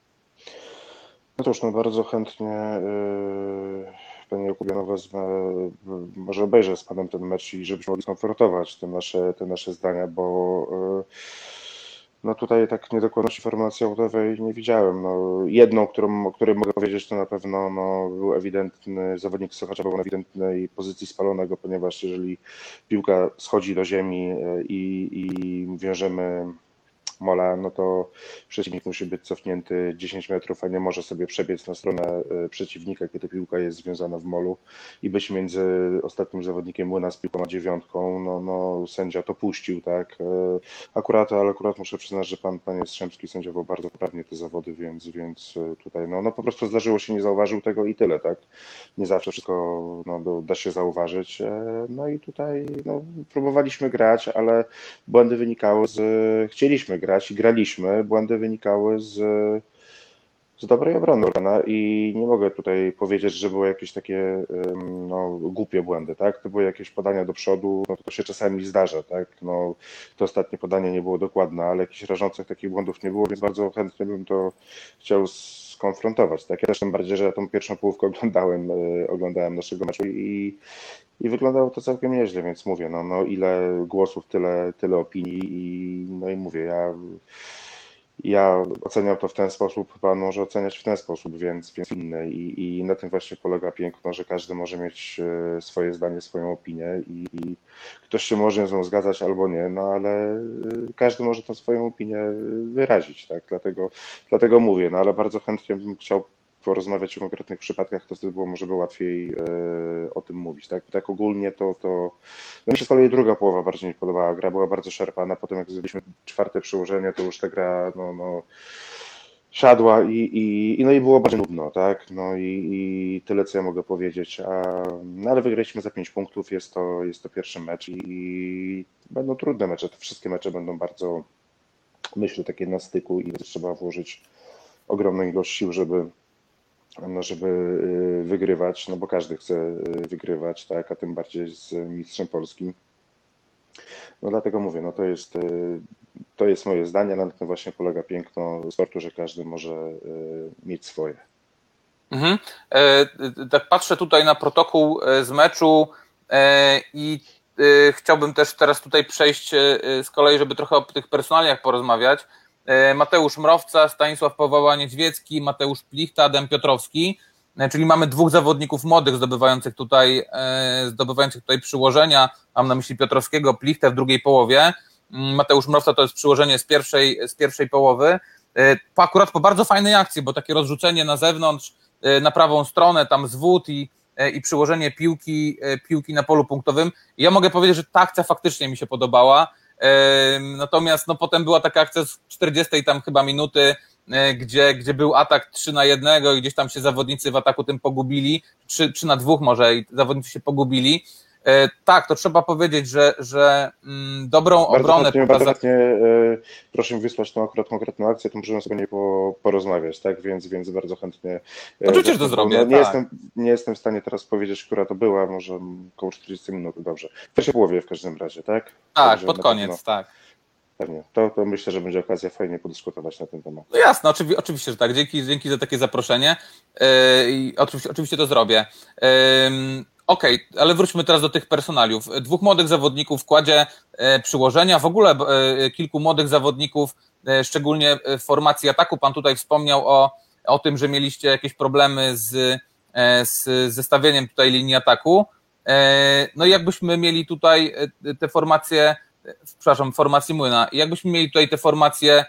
No cóż, no bardzo chętnie panie Jakubie, wezmę, może obejrzę z panem ten mecz i żebyśmy mogli skonfrontować te nasze zdania, bo no tutaj tak niedokładności formacji autowej nie widziałem. No, jedną, o której mogę powiedzieć, to na pewno był ewidentny, zawodnik Sochacza był na ewidentnej pozycji spalonego, ponieważ jeżeli piłka schodzi do ziemi i wiążemy mola, no to przeciwnik musi być cofnięty 10 metrów, a nie może sobie przebiec na stronę przeciwnika, kiedy piłka jest związana w molu i być między ostatnim zawodnikiem Młyna z piłką a 9. No sędzia to puścił, tak. Ale akurat muszę przyznać, że pan Jastrzębski sędziował bardzo poprawnie te zawody, więc tutaj no po prostu zdarzyło się, nie zauważył tego i tyle, tak. Nie zawsze wszystko da się zauważyć. No i tutaj próbowaliśmy grać, ale błędy wynikały chcieliśmy grać i graliśmy, błędy wynikały z dobrej obrony Orkana i nie mogę tutaj powiedzieć, że były jakieś takie głupie błędy, tak? To były jakieś podania do przodu, to się czasami zdarza, tak? To ostatnie podanie nie było dokładne, ale jakichś rażących takich błędów nie było, więc bardzo chętnie bym to chciał skonfrontować, tak? Ja też tym bardziej, że ja tą pierwszą połówkę oglądałem naszego meczu i wyglądało to całkiem nieźle, więc mówię, ile głosów, tyle opinii i mówię, ja oceniam to w ten sposób, pan może oceniać w ten sposób, więc inny i na tym właśnie polega piękno, że każdy może mieć swoje zdanie, swoją opinię i ktoś się może z nią zgadzać albo nie, ale każdy może tą swoją opinię wyrazić, tak, dlatego mówię, ale bardzo chętnie bym chciał porozmawiać o konkretnych przypadkach, to wtedy może było łatwiej o tym mówić. Tak ogólnie to mi się z kolei druga połowa bardziej nie podobała. Gra była bardzo szarpana, potem jak zrobiliśmy 4. przełożenie, to już ta gra siadła i było bardzo nudno, tak? I tyle, co ja mogę powiedzieć. Ale wygraliśmy za 5 punktów, jest to pierwszy mecz i będą trudne mecze. Te wszystkie mecze będą bardzo, myślę, takie na styku i trzeba włożyć ogromną ilość sił, żeby no żeby wygrywać, no bo każdy chce wygrywać, tak, a tym bardziej z mistrzem polskim. No dlatego mówię, no to jest moje zdanie, na tym właśnie polega piękno sportu, że każdy może mieć swoje. Mhm. Tak patrzę tutaj na protokół z meczu i chciałbym też teraz tutaj przejść z kolei, żeby trochę o tych personaliach porozmawiać. Mateusz Mrowca, Stanisław Powała-Niedźwiecki, Mateusz Plichta, Adam Piotrowski, czyli mamy dwóch zawodników młodych zdobywających tutaj przyłożenia. Mam na myśli Piotrowskiego, Plichtę w drugiej połowie. Mateusz Mrowca to jest przyłożenie z pierwszej połowy. Akurat po bardzo fajnej akcji, bo takie rozrzucenie na zewnątrz, na prawą stronę, tam zwód i przyłożenie piłki na polu punktowym. Ja mogę powiedzieć, że ta akcja faktycznie mi się podobała. Natomiast no, potem była taka akcja z 40 tam chyba minuty, gdzie był atak 3-1 i gdzieś tam się zawodnicy w ataku tym pogubili, 3-2 może i zawodnicy się pogubili. Tak, to trzeba powiedzieć, że dobrą obronę Bardzo chętnie, proszę mi wysłać tą akurat konkretną akcję, to możemy sobie nie porozmawiać, tak? Więc bardzo chętnie. Oczywiście, że to zrobię. Nie jestem w stanie teraz powiedzieć, która to była, może około 40 minut, dobrze. W pierwszej połowie w każdym razie, tak? Tak, Dobrze, pod koniec, tak. Pewnie. To myślę, że będzie okazja fajnie podyskutować na ten temat. No jasne, oczywiście, że tak. Dzięki za takie zaproszenie. I oczywiście to zrobię. Okej, ale wróćmy teraz do tych personaliów. Dwóch młodych zawodników kładzie przyłożenia, w ogóle kilku młodych zawodników, szczególnie w formacji ataku. Pan tutaj wspomniał o tym, że mieliście jakieś problemy z zestawieniem tutaj linii ataku. No i jakbyśmy mieli tutaj te formacje, formacji Młyna, jakbyśmy mieli tutaj te formacje,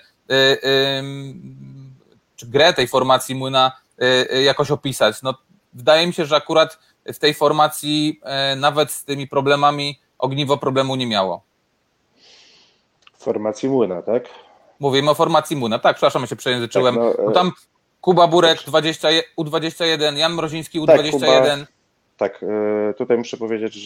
czy grę tej formacji Młyna jakoś opisać, no wydaje mi się, że akurat w tej formacji nawet z tymi problemami Ogniwo problemu nie miało. Formacji Młyna, tak? Mówimy o formacji Młyna, tak, przepraszam, ja się przejęzyczyłem. Tak, no tam Kuba Burek U21, Jan Mroziński U21. Tak, tutaj muszę powiedzieć,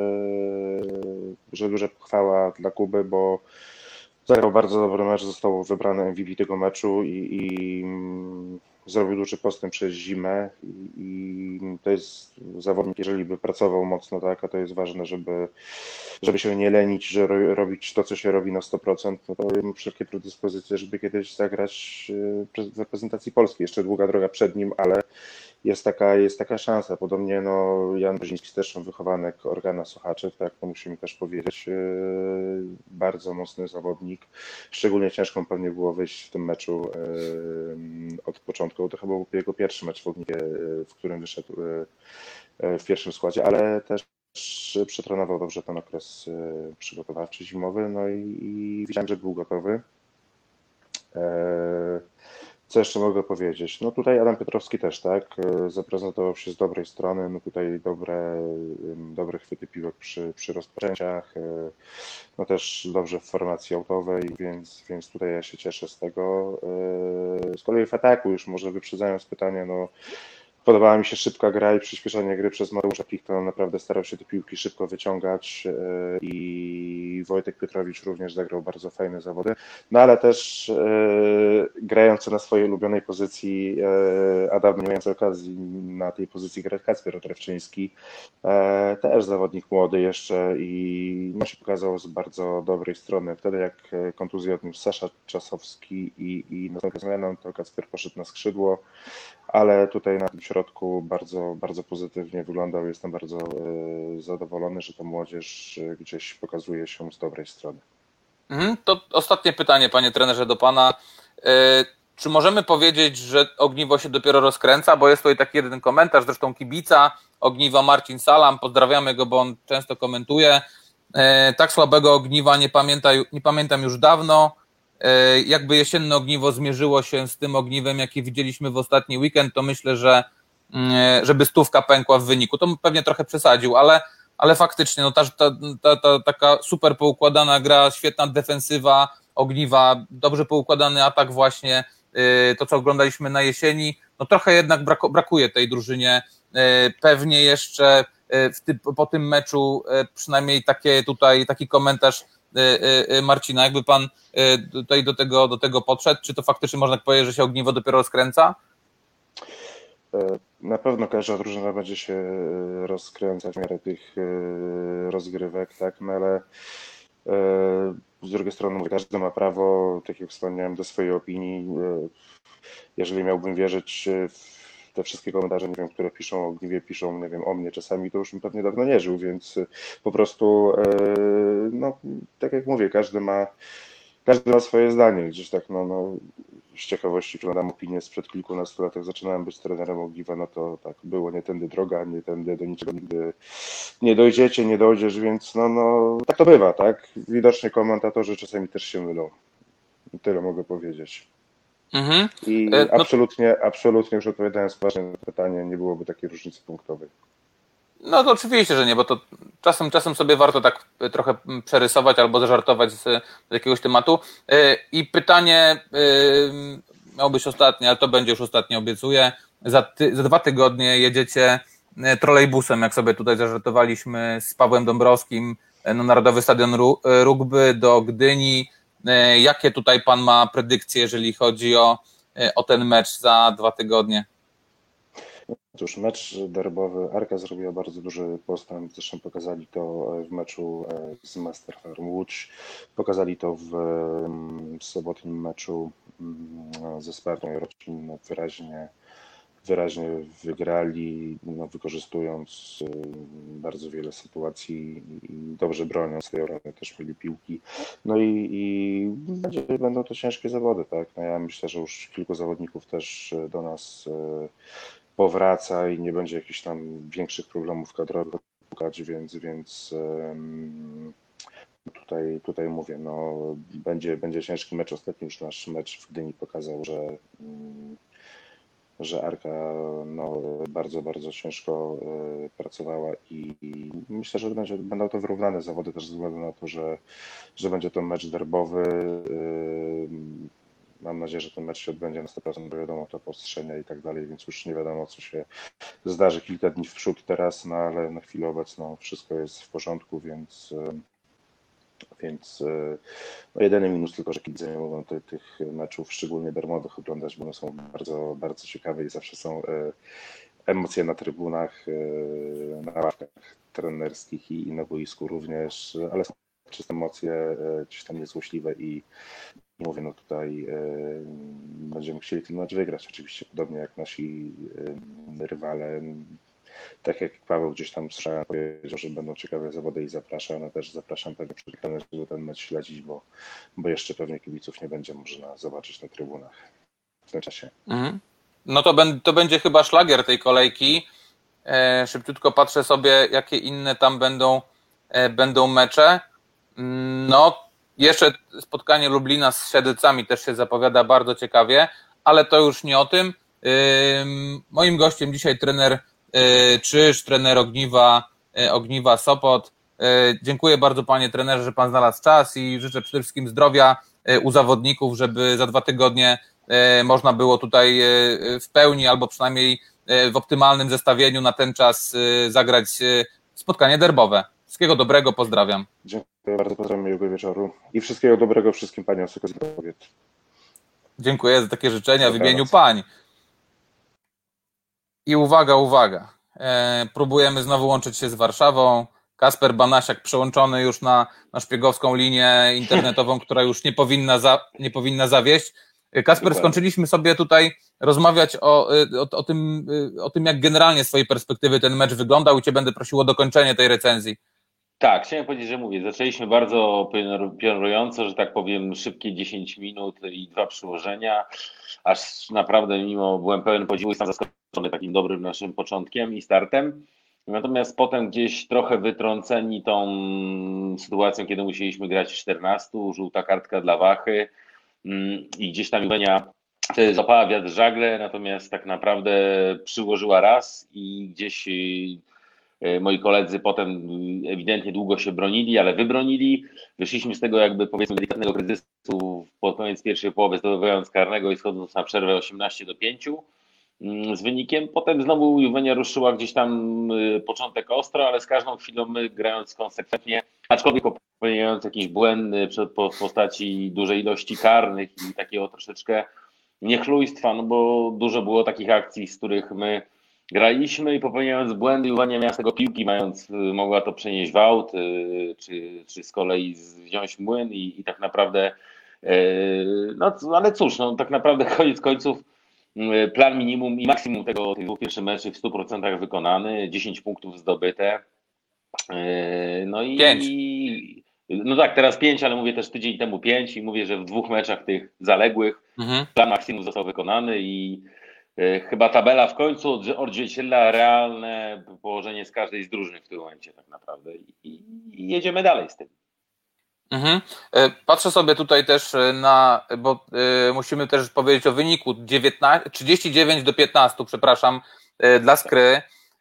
że duża pochwała dla Kuby, bo zagrał bardzo dobry mecz, został wybrany MVP tego meczu i zrobił duży postęp przez zimę i to jest zawodnik, jeżeli by pracował mocno, tak, a to jest ważne, żeby się nie lenić, że robić to, co się robi na 100%, no to mam wszelkie predyspozycje, żeby kiedyś zagrać w reprezentacji Polski. Jeszcze długa droga przed nim, ale jest taka szansa. Podobnie no, Jan Brzeziński też wychowanek Organa Sochaczew, tak, to musimy też powiedzieć. Bardzo mocny zawodnik. Szczególnie ciężko pewnie było wyjść w tym meczu od początku. To chyba był jego pierwszy mecz w Ogniwie, w którym wyszedł w pierwszym składzie, ale też przetrenował dobrze ten okres przygotowawczy zimowy, no i widziałem, że był gotowy. Co jeszcze mogę powiedzieć? No tutaj Adam Piotrowski też, tak, zaprezentował się z dobrej strony, no tutaj dobre chwyty piłek przy rozpoczęciach, no też dobrze w formacji autowej, więc tutaj ja się cieszę z tego. Z kolei w ataku już może wyprzedzając pytanie, no podobała mi się szybka gra i przyspieszenie gry przez Mateusza Plichtę. Naprawdę starał się te piłki szybko wyciągać i Wojtek Piotrowicz również zagrał bardzo fajne zawody. No ale też grający na swojej ulubionej pozycji, a dawno nie mając okazji na tej pozycji grać Kacper Otrewczyński, też zawodnik młody jeszcze i no, się pokazał z bardzo dobrej strony. Wtedy jak kontuzję odniósł Sasza Czasowski i następną zmianą, to Kacper poszedł na skrzydło, ale tutaj na tym środku bardzo, bardzo pozytywnie wyglądał. Jestem bardzo zadowolony, że ta młodzież gdzieś pokazuje się z dobrej strony. To ostatnie pytanie, panie trenerze, do pana. Czy możemy powiedzieć, że Ogniwo się dopiero rozkręca? Bo jest tutaj taki jeden komentarz, zresztą kibica Ogniwa Marcin Salam, pozdrawiamy go, bo on często komentuje. Tak słabego Ogniwa nie pamiętam już dawno. Jakby jesienne Ogniwo zmierzyło się z tym Ogniwem, jaki widzieliśmy w ostatni weekend, to myślę, że żeby stówka pękła w wyniku. To pewnie trochę przesadził, ale faktycznie no ta taka super poukładana gra, świetna defensywa Ogniwa, dobrze poukładany atak właśnie, to co oglądaliśmy na jesieni, no trochę jednak brakuje tej drużynie. Pewnie jeszcze po tym meczu przynajmniej taki komentarz Marcina, jakby pan tutaj do tego podszedł, czy to faktycznie można powiedzieć, że się Ogniwo dopiero rozkręca? Na pewno każda drużyna będzie się rozkręcać w miarę tych rozgrywek, tak, no ale z drugiej strony mówię, każdy ma prawo, tak jak wspomniałem, do swojej opinii. Jeżeli miałbym wierzyć w te wszystkie komentarze, nie wiem, które piszą o Ogniwie, piszą, nie wiem, o mnie czasami, to już bym pewnie dawno nie żył, więc po prostu, no, tak jak mówię, każdy ma swoje zdanie. Gdzieś tak, no, z ciekawości przeglądam opinię sprzed kilkunastu lat, jak zaczynałem być trenerem Ogniwa, no to tak, było nie tędy droga, nie tędy, do niczego nigdy nie dojdziecie, nie dojdziesz, więc no, tak to bywa, tak? Widocznie komentatorzy czasami też się mylą. Tyle mogę powiedzieć. Mhm. I No, absolutnie już odpowiadając poważnie na pytanie, nie byłoby takiej różnicy punktowej. no to oczywiście, że nie, bo to czasem sobie warto tak trochę przerysować albo zażartować z jakiegoś tematu. I pytanie miało być ostatnie, ale to będzie już ostatnie, obiecuję. Za 2 tygodnie jedziecie trolejbusem, jak sobie tutaj zażartowaliśmy z Pawłem Dąbrowskim, na Narodowy Stadion Rugby do Gdyni. Jakie tutaj pan ma predykcje, jeżeli chodzi o ten mecz za 2 tygodnie? Cóż, mecz derbowy. Arka zrobiła bardzo duży postęp. Zresztą pokazali to w meczu z Master Farm Łódź. Pokazali to w sobotnim meczu ze Spartą Jarocin. Wyraźnie wygrali, no, wykorzystując bardzo wiele sytuacji i dobrze broniąc tej obrony, też mieli piłki. No i będą to ciężkie zawody, tak? No ja myślę, że już kilku zawodników też do nas powraca i nie będzie jakichś tam większych problemów kadrowych szukać, więc tutaj mówię, no będzie ciężki mecz. Ostatni już nasz mecz w Gdyni pokazał, że Arka no, bardzo, bardzo ciężko pracowała i myślę, że będą to wyrównane zawody też ze względu na to, że będzie to mecz derbowy. Mam nadzieję, że ten mecz się odbędzie na 100%, bo wiadomo, to postrzenia i tak dalej, więc już nie wiadomo, co się zdarzy kilka dni w przód teraz, no ale na chwilę obecną wszystko jest w porządku, więc no jedyny minus tylko, że kibice nie mogą tych meczów, szczególnie darmowych, oglądać, bo one są bardzo, bardzo ciekawe i zawsze są emocje na trybunach, na ławkach trenerskich i na boisku również, ale są czyste emocje, gdzieś tam niezłośliwe i mówię, no tutaj będziemy chcieli ten mecz wygrać, oczywiście podobnie jak nasi rywale. Tak jak Paweł gdzieś tam słyszałem, powiedział, że będą ciekawe zawody i zaprasza, no też zapraszam pewnie przygotowane, żeby ten mecz śledzić, bo jeszcze pewnie kibiców nie będzie można zobaczyć na trybunach w tym czasie. Mhm. No to będzie chyba szlagier tej kolejki. Szybciutko patrzę sobie, jakie inne tam będą mecze. No, jeszcze spotkanie Lublina z Siedlcami też się zapowiada bardzo ciekawie, ale to już nie o tym. Moim gościem dzisiaj trener Czyż, trener Ogniwa Sopot. Dziękuję bardzo, panie trenerze, że pan znalazł czas i życzę przede wszystkim zdrowia u zawodników, żeby za 2 tygodnie można było tutaj w pełni albo przynajmniej w optymalnym zestawieniu na ten czas zagrać spotkanie derbowe. Wszystkiego dobrego, pozdrawiam. Dziękuję bardzo, pozdrawiam, miłego wieczoru i wszystkiego dobrego wszystkim paniom z kobiet. Dziękuję za takie życzenia w imieniu pań. I uwaga. Próbujemy znowu łączyć się z Warszawą. Kasper Banasiak przełączony już na szpiegowską linię internetową, która już nie powinna zawieść. Kasper, skończyliśmy sobie tutaj rozmawiać o tym, jak generalnie z twojej perspektywy ten mecz wyglądał i cię będę prosił o dokończenie tej recenzji. Tak, chciałem powiedzieć, że zaczęliśmy bardzo piorunująco, że tak powiem, szybkie 10 minut i 2 przyłożenia, aż naprawdę byłem pełen podziwu i sam zaskoczony takim dobrym naszym początkiem i startem. Natomiast potem gdzieś trochę wytrąceni tą sytuacją, kiedy musieliśmy grać w 14, żółta kartka dla Wachy i gdzieś tam Juwenia wtedy złapała wiatr w żagle, natomiast tak naprawdę przyłożyła raz i gdzieś moi koledzy potem ewidentnie długo się bronili, ale wybronili. Wyszliśmy z tego jakby powiedzmy delikatnego kryzysu pod koniec pierwszej połowy, zdobywając karnego i schodząc na przerwę 18-5 z wynikiem. Potem znowu Juwenia ruszyła gdzieś tam początek ostro, ale z każdą chwilą my grając konsekwentnie, aczkolwiek popełniając jakieś błędy w postaci dużej ilości karnych i takiego troszeczkę niechlujstwa, no bo dużo było takich akcji, z których my graliśmy i popełniając błędy i uwalniania z tego piłki, mogła to przenieść w aut, czy z kolei wziąć młyn i tak naprawdę, no ale cóż, no tak naprawdę koniec końców plan minimum i maksimum tych dwóch pierwszych meczów w 100% wykonany, 10 punktów zdobyte. No i 5. No tak, teraz 5, ale mówię też tydzień temu 5 i mówię, że w 2 meczach tych zaległych plan maksimum został wykonany i chyba tabela w końcu odzwierciedla realne położenie z każdej z drużyn w tym momencie tak naprawdę i jedziemy dalej z tym. Patrzę sobie tutaj też bo musimy też powiedzieć o wyniku 39-15, przepraszam, dla Skry.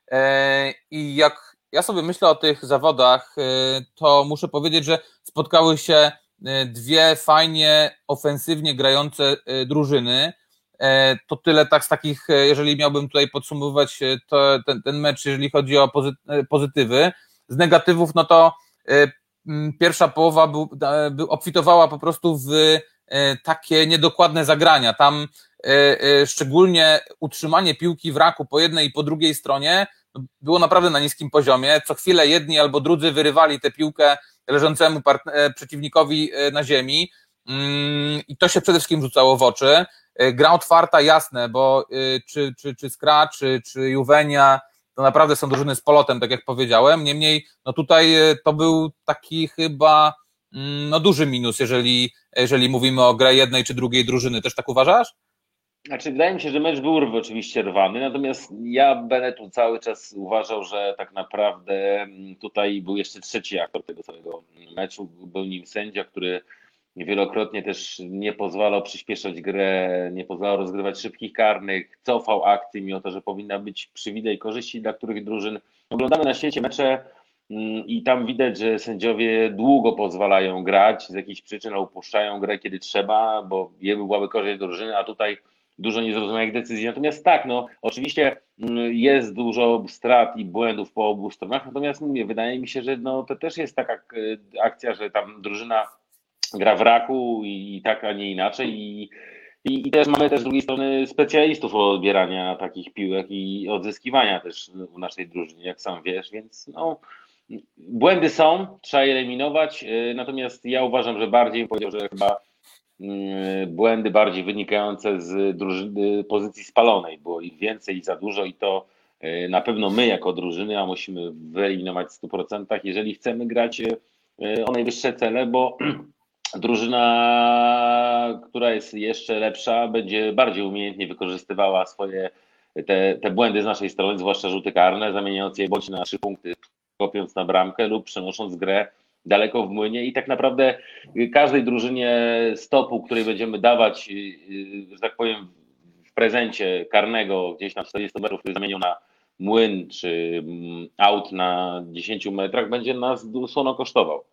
I jak ja sobie myślę o tych zawodach, to muszę powiedzieć, że spotkały się dwie fajnie ofensywnie grające drużyny. To tyle tak z takich, jeżeli miałbym tutaj podsumowywać ten mecz, jeżeli chodzi o pozytywy. Z negatywów, no to pierwsza połowa obfitowała po prostu w takie niedokładne zagrania. Tam szczególnie utrzymanie piłki w raku po jednej i po drugiej stronie było naprawdę na niskim poziomie. Co chwilę jedni albo drudzy wyrywali tę piłkę leżącemu przeciwnikowi na ziemi i to się przede wszystkim rzucało w oczy. Gra otwarta, jasne, bo czy Skra, czy Juwenia to naprawdę są drużyny z polotem, tak jak powiedziałem. Niemniej no tutaj to był taki chyba duży minus, jeżeli mówimy o grze jednej czy drugiej drużyny. Też tak uważasz? Znaczy, wydaje mi się, że mecz był oczywiście rwany, natomiast ja będę tu cały czas uważał, że tak naprawdę tutaj był jeszcze trzeci aktor tego całego meczu. Był nim sędzia, który wielokrotnie też nie pozwalał przyspieszać grę, nie pozwalał rozgrywać szybkich karnych, cofał akcje, mimo to, że powinna być przywilej korzyści dla których drużyn. Oglądamy na świecie mecze i tam widać, że sędziowie długo pozwalają grać z jakichś przyczyn, a upuszczają grę kiedy trzeba, bo jemu byłaby korzyść drużyny, a tutaj dużo niezrozumiałych decyzji. Natomiast tak, no oczywiście jest dużo strat i błędów po obu stronach, natomiast wydaje mi się, że no, to też jest taka akcja, że tam drużyna gra w raku i tak, a nie inaczej i też mamy też z drugiej strony specjalistów od odbierania takich piłek i odzyskiwania też w naszej drużynie, jak sam wiesz, więc no błędy są, trzeba je eliminować, natomiast ja uważam, że bardziej powiedział, że chyba błędy bardziej wynikające z pozycji spalonej, było ich więcej i za dużo i to na pewno my jako drużyny, a musimy wyeliminować w 100%, jeżeli chcemy grać o najwyższe cele, bo drużyna, która jest jeszcze lepsza, będzie bardziej umiejętnie wykorzystywała swoje te błędy z naszej strony, zwłaszcza rzuty karne, zamieniając je bądź na 3 punkty, kopiąc na bramkę lub przenosząc grę daleko w młynie i tak naprawdę każdej drużynie stopu, której będziemy dawać, że tak powiem, w prezencie karnego gdzieś na 40 metrów, który zamienił na młyn czy aut na 10 metrach, będzie nas słono kosztował.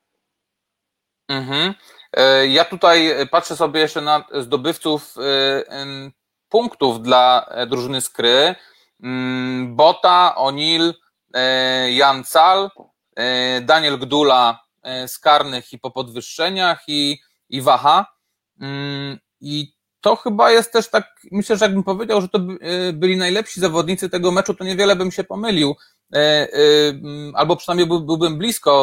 Ja tutaj patrzę sobie jeszcze na zdobywców punktów dla drużyny Skry. Bota, O'Neill, Jan Cal, Daniel Gdula z karnych i po podwyższeniach i Waha. I to chyba jest też tak, myślę, że jakbym powiedział, że to byli najlepsi zawodnicy tego meczu, to niewiele bym się pomylił. Albo przynajmniej byłbym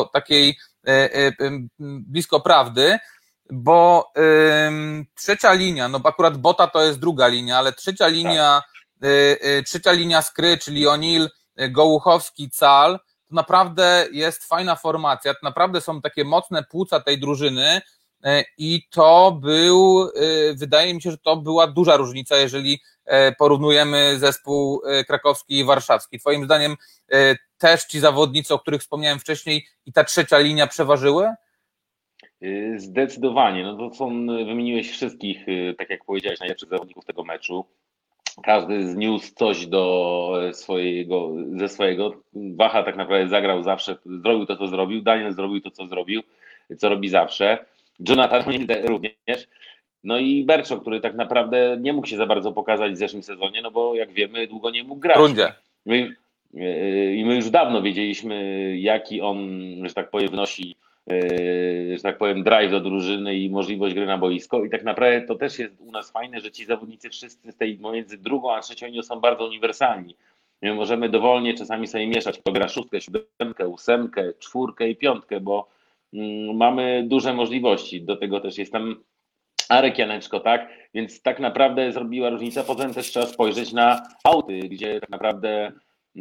blisko prawdy, bo trzecia linia, no akurat Bota to jest druga linia, ale trzecia linia Skry, czyli O'Neill, Gołuchowski, Cal, to naprawdę jest fajna formacja, to naprawdę są takie mocne płuca tej drużyny i wydaje mi się, że to była duża różnica, jeżeli porównujemy zespół krakowski i warszawski. Twoim zdaniem też ci zawodnicy, o których wspomniałem wcześniej i ta trzecia linia przeważyły? Zdecydowanie. No to wymieniłeś wszystkich, tak jak powiedziałeś, najlepszych zawodników tego meczu. Każdy zniósł coś ze swojego. Waha tak naprawdę zagrał zawsze, zrobił to, co zrobił. Daniel zrobił to, co zrobił, co robi zawsze. Jonathan również. No i Berczo, który tak naprawdę nie mógł się za bardzo pokazać w zeszłym sezonie, no bo jak wiemy, długo nie mógł grać. Rundzie. I my już dawno wiedzieliśmy, jaki on, że tak powiem, wnosi że tak powiem, drive do drużyny i możliwość gry na boisko i tak naprawdę to też jest u nas fajne, że ci zawodnicy wszyscy z tej pomiędzy drugą a trzecią linią są bardzo uniwersalni. My możemy dowolnie czasami sobie mieszać, kto gra szóstkę, siódemkę, ósemkę, czwórkę i piątkę, bo mamy duże możliwości. Do tego też jest tam Arek Janeczko, tak? Więc tak naprawdę zrobiła różnicę. Potem też trzeba spojrzeć na auty, gdzie tak naprawdę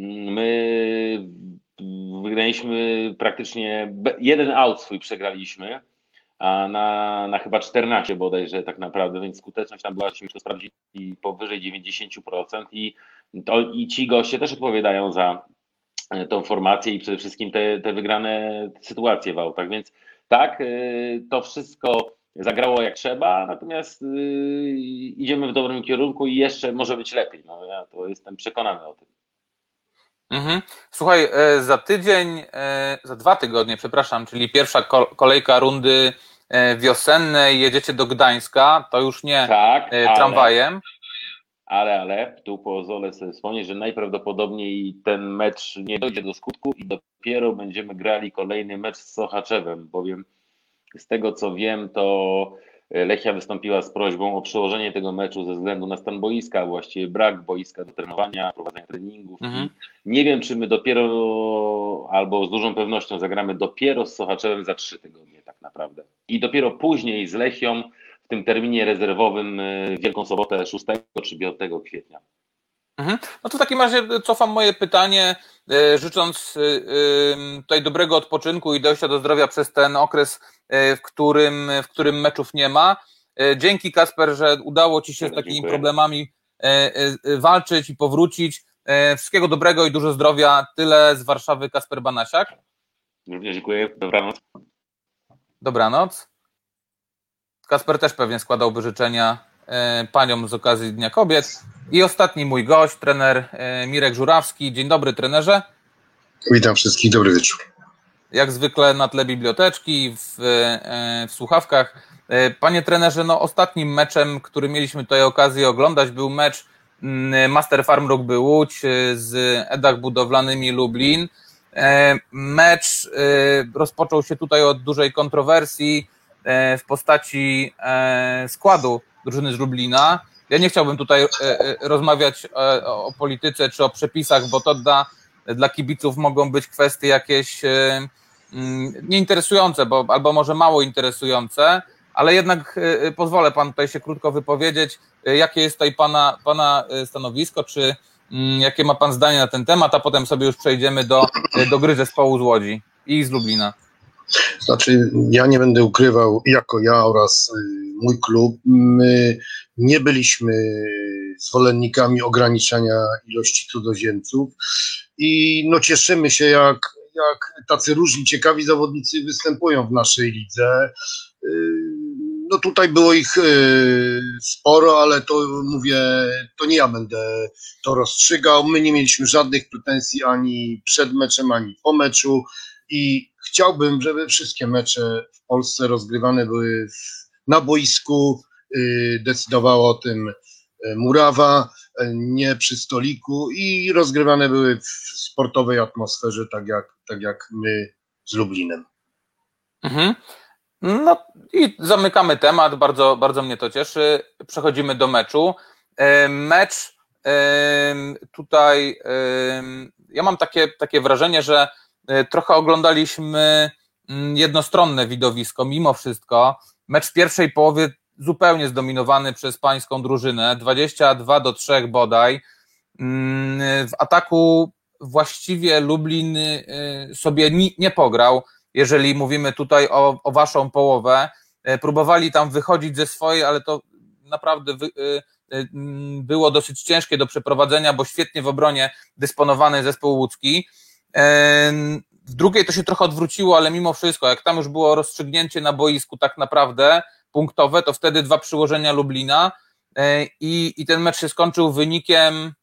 my wygraliśmy praktycznie jeden aut swój przegraliśmy, a na chyba 14 bodajże tak naprawdę, więc skuteczność tam była, się już to sprawdzili, powyżej 90% i ci goście też odpowiadają za tą formację i przede wszystkim te wygrane sytuacje w autach, więc tak, to wszystko zagrało jak trzeba, natomiast idziemy w dobrym kierunku i jeszcze może być lepiej, no ja to jestem przekonany o tym. Słuchaj, za tydzień, za 2 tygodnie, przepraszam, czyli pierwsza kolejka rundy wiosennej, jedziecie do Gdańska, to już nie tak, tramwajem. Ale tu pozwolę sobie wspomnieć, że najprawdopodobniej ten mecz nie dojdzie do skutku i dopiero będziemy grali kolejny mecz z Sochaczewem, bowiem z tego co wiem, to Lechia wystąpiła z prośbą o przełożenie tego meczu ze względu na stan boiska, właściwie brak boiska do trenowania, prowadzenia treningów. Nie wiem, czy my dopiero, albo z dużą pewnością zagramy dopiero z Sochaczewem za 3 tygodnie tak naprawdę. I dopiero później z Lechią w tym terminie rezerwowym Wielką Sobotę 6 czy 5 kwietnia. No to w takim razie cofam moje pytanie, życząc tutaj dobrego odpoczynku i dojścia do zdrowia przez ten okres, w którym meczów nie ma. Dzięki, Kasper, że udało Ci się z takimi problemami walczyć i powrócić. Wszystkiego dobrego i dużo zdrowia. Tyle z Warszawy, Kasper Banasiak. Również dziękuję. Dobranoc. Dobranoc. Kasper też pewnie składałby życzenia paniom z okazji Dnia Kobiet. I ostatni mój gość, trener Mirek Żurawski. Dzień dobry, trenerze. Witam wszystkich, dobry wieczór. Jak zwykle na tle biblioteczki, w słuchawkach. Panie trenerze, no ostatnim meczem, który mieliśmy tutaj okazję oglądać, był mecz Master Farm Rugby Łódź z Edach Budowlanymi Lublin. Mecz rozpoczął się tutaj od dużej kontrowersji w postaci składu drużyny z Lublina. Ja nie chciałbym tutaj rozmawiać o polityce czy o przepisach, bo to dla kibiców mogą być kwestie jakieś nieinteresujące, albo może mało interesujące, ale jednak pozwolę pan tutaj się krótko wypowiedzieć, jakie jest tutaj pana stanowisko, czy jakie ma pan zdanie na ten temat, a potem sobie już przejdziemy do gry zespołu z Łodzi i z Lublina. Znaczy, ja nie będę ukrywał, jako ja oraz mój klub, my nie byliśmy zwolennikami ograniczania ilości cudzoziemców i no cieszymy się, jak tacy różni, ciekawi zawodnicy występują w naszej lidze. No tutaj było ich sporo, ale to mówię, to nie ja będę to rozstrzygał. My nie mieliśmy żadnych pretensji ani przed meczem, ani po meczu i chciałbym, żeby wszystkie mecze w Polsce rozgrywane były na boisku. Decydowała o tym murawa, nie przy stoliku i rozgrywane były w sportowej atmosferze, tak jak my z Lublinem. No i zamykamy temat, bardzo, bardzo mnie to cieszy. Przechodzimy do meczu. Mecz tutaj, ja mam takie wrażenie, że trochę oglądaliśmy jednostronne widowisko, mimo wszystko. Mecz w pierwszej połowie zupełnie zdominowany przez pańską drużynę, 22-3 bodaj. W ataku właściwie Lublin sobie nie pograł, jeżeli mówimy tutaj o waszą połowę. Próbowali tam wychodzić ze swojej, ale to naprawdę było dosyć ciężkie do przeprowadzenia, bo świetnie w obronie dysponowany zespół łódzki. W drugiej to się trochę odwróciło, ale mimo wszystko, jak tam już było rozstrzygnięcie na boisku tak naprawdę punktowe, to wtedy 2 przyłożenia Lublina i ten mecz się skończył wynikiem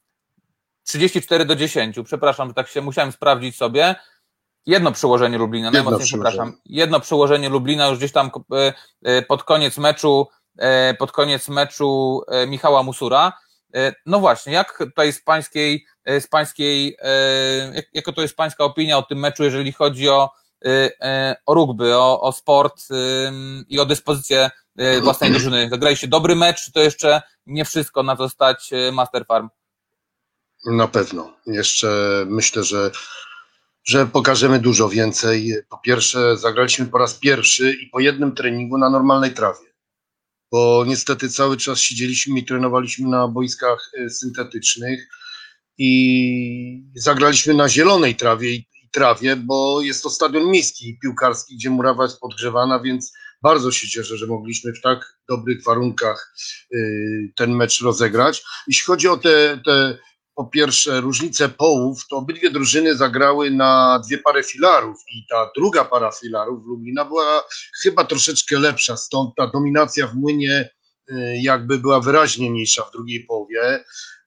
34-10. Przepraszam, że tak się musiałem sprawdzić sobie. Jedno przyłożenie Lublina, najmocniej przepraszam. Jedno przyłożenie Lublina już gdzieś tam pod koniec meczu Michała Musura. No właśnie, jak tutaj jaka to jest pańska opinia o tym meczu, jeżeli chodzi o o rugby, o sport i o dyspozycję własnej drużyny. Zagraliście dobry mecz, czy to jeszcze nie wszystko, na co stać Master Farm? Na pewno. Jeszcze myślę, że pokażemy dużo więcej. Po pierwsze, zagraliśmy po raz pierwszy i po jednym treningu na normalnej trawie, bo niestety cały czas siedzieliśmy i trenowaliśmy na boiskach syntetycznych i zagraliśmy na zielonej trawie, bo jest to stadion miejski piłkarski, gdzie murawa jest podgrzewana, więc bardzo się cieszę, że mogliśmy w tak dobrych warunkach ten mecz rozegrać. Jeśli chodzi o te po pierwsze różnice połów, to obydwie drużyny zagrały na 2 pary filarów i ta druga para filarów Lublina była chyba troszeczkę lepsza, stąd ta dominacja w młynie jakby była wyraźnie mniejsza w drugiej połowie.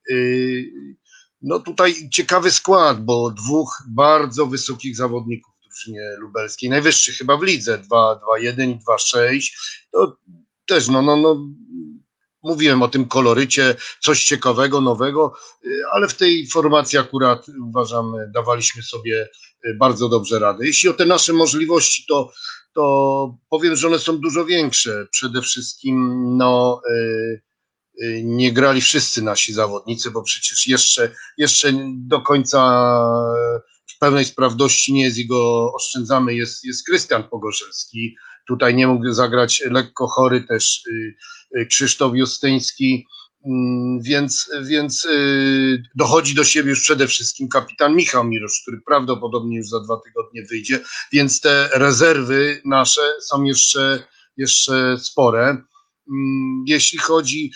No tutaj ciekawy skład, bo 2 bardzo wysokich zawodników w drużynie lubelskiej, najwyższych chyba w lidze, 2-1 i 2-6, to też mówiłem o tym kolorycie, coś ciekawego, nowego, ale w tej formacji akurat uważam, dawaliśmy sobie bardzo dobrze radę. Jeśli o te nasze możliwości, to powiem, że one są dużo większe. Przede wszystkim nie grali wszyscy nasi zawodnicy, bo przecież jeszcze do końca w pełnej sprawności nie jest i go oszczędzamy, jest Krystian Pogorzelski. Tutaj nie mógł zagrać lekko chory też Krzysztof Justyński, więc dochodzi do siebie już przede wszystkim kapitan Michał Mirosz, który prawdopodobnie już za 2 tygodnie wyjdzie, więc te rezerwy nasze są jeszcze spore. Jeśli chodzi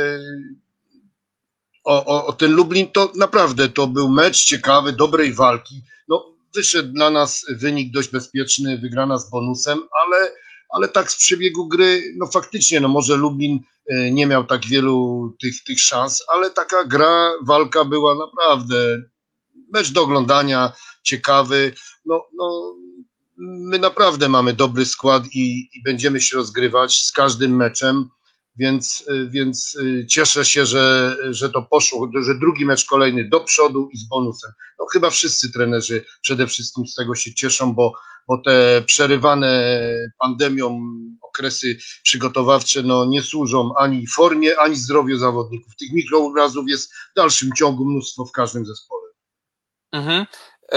o ten Lublin, to naprawdę to był mecz ciekawy, dobrej walki. No, wyszedł dla nas wynik dość bezpieczny, wygrana z bonusem, ale tak z przebiegu gry, no faktycznie, no może Lublin nie miał tak wielu tych szans, ale taka gra, walka była naprawdę mecz do oglądania, ciekawy. No, my naprawdę mamy dobry skład i będziemy się rozgrywać z każdym meczem, więc cieszę się, że to poszło, że drugi mecz kolejny do przodu i z bonusem. No chyba wszyscy trenerzy przede wszystkim z tego się cieszą, bo te przerywane pandemią okresy przygotowawcze no, nie służą ani formie, ani zdrowiu zawodników. Tych mikrourazów jest w dalszym ciągu mnóstwo w każdym zespole. Mhm.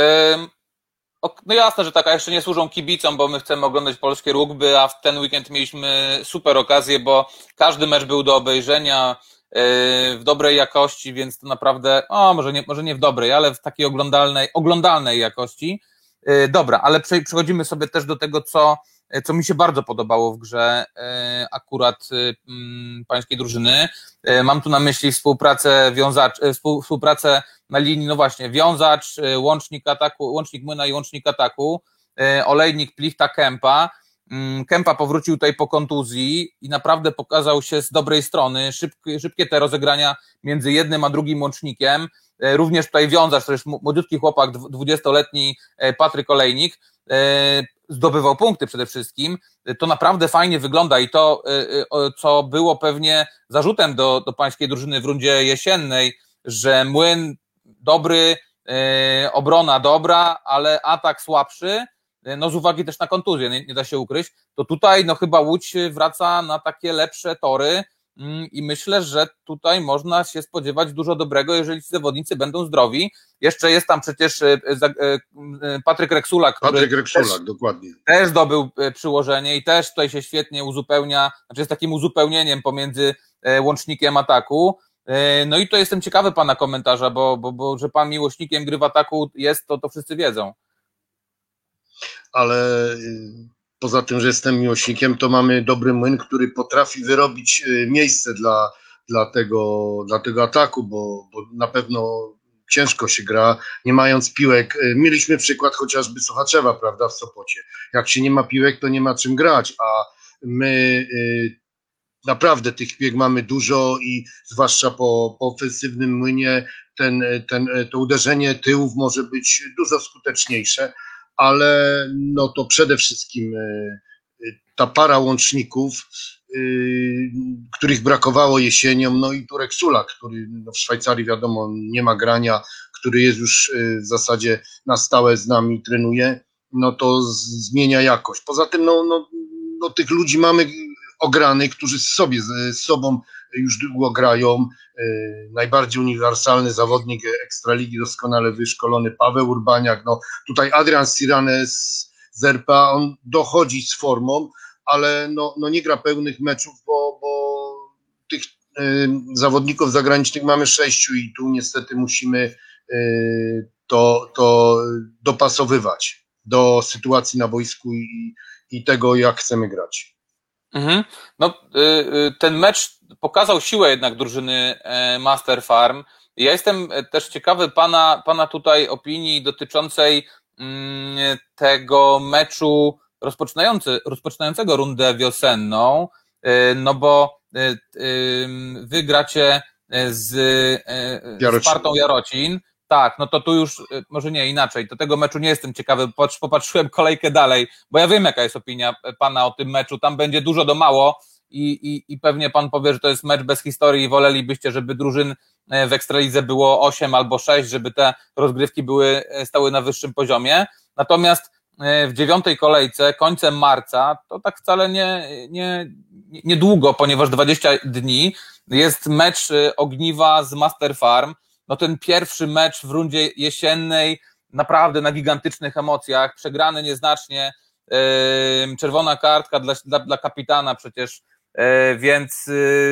No jasne, że tak, a jeszcze nie służą kibicom, bo my chcemy oglądać polskie rugby, a w ten weekend mieliśmy super okazję, bo każdy mecz był do obejrzenia w dobrej jakości, więc to naprawdę, może nie w dobrej, ale w takiej oglądalnej jakości. Dobra, ale przechodzimy sobie też do tego, co mi się bardzo podobało w grze akurat pańskiej drużyny. Mam tu na myśli współpracę na linii, no właśnie, wiązacz, łącznik młyna i łącznik ataku, olejnik Plichta Kępa. Kępa powrócił tutaj po kontuzji i naprawdę pokazał się z dobrej strony, szybkie te rozegrania między jednym a drugim łącznikiem, również tutaj wiązarz, to jest młodziutki chłopak, 20-letni Patryk Olejnik, zdobywał punkty przede wszystkim, to naprawdę fajnie wygląda i to, co było pewnie zarzutem do pańskiej drużyny w rundzie jesiennej, że Młyn dobry, obrona dobra, ale atak słabszy, no z uwagi też na kontuzję, nie da się ukryć, to tutaj no chyba Łódź wraca na takie lepsze tory i myślę, że tutaj można się spodziewać dużo dobrego, jeżeli ci zawodnicy będą zdrowi. Jeszcze jest tam przecież Patryk Reksulak, który dokładnie. Też zdobył przyłożenie i też tutaj się świetnie uzupełnia, znaczy jest takim uzupełnieniem pomiędzy łącznikiem ataku. No i to jestem ciekawy pana komentarza, bo że pan miłośnikiem gry w ataku jest, to wszyscy wiedzą. Ale poza tym, że jestem miłośnikiem, to mamy dobry Młyn, który potrafi wyrobić miejsce dla tego ataku, bo na pewno ciężko się gra, nie mając piłek. Mieliśmy przykład chociażby Sochaczewa, prawda, w Sopocie. Jak się nie ma piłek, to nie ma czym grać, a my naprawdę tych piłek mamy dużo i zwłaszcza po ofensywnym Młynie to uderzenie tyłów może być dużo skuteczniejsze, ale no to przede wszystkim ta para łączników, których brakowało jesienią, no i Turek Sula, który no w Szwajcarii wiadomo nie ma grania, który jest już w zasadzie na stałe z nami, trenuje, no to zmienia jakość. Poza tym no tych ludzi mamy ogranych, którzy z sobą już długo grają. Najbardziej uniwersalny zawodnik Ekstraligi, doskonale wyszkolony Paweł Urbaniak. No tutaj Adrian Sirane z RPA, on dochodzi z formą, ale no nie gra pełnych meczów, bo tych zawodników zagranicznych mamy 6 i tu niestety musimy to dopasowywać do sytuacji na boisku i tego, jak chcemy grać. Mhm. No, ten mecz pokazał siłę jednak drużyny Master Farm. Ja jestem też ciekawy pana tutaj opinii dotyczącej tego meczu rozpoczynającego rundę wiosenną, no bo wy gracie z Spartą Jarocin. Tak, no to tu już, może nie, inaczej, do tego meczu nie jestem ciekawy, popatrzyłem kolejkę dalej, bo ja wiem, jaka jest opinia pana o tym meczu, tam będzie dużo do mało i pewnie pan powie, że to jest mecz bez historii i wolelibyście, żeby drużyn w Ekstralidze było 8 albo 6, żeby te rozgrywki stały na wyższym poziomie, natomiast w 9. kolejce, końcem marca, to tak wcale niedługo, ponieważ 20 dni, jest mecz Ogniwa z Master Farm. No ten pierwszy mecz w rundzie jesiennej, naprawdę na gigantycznych emocjach, przegrany nieznacznie, czerwona kartka dla kapitana przecież, więc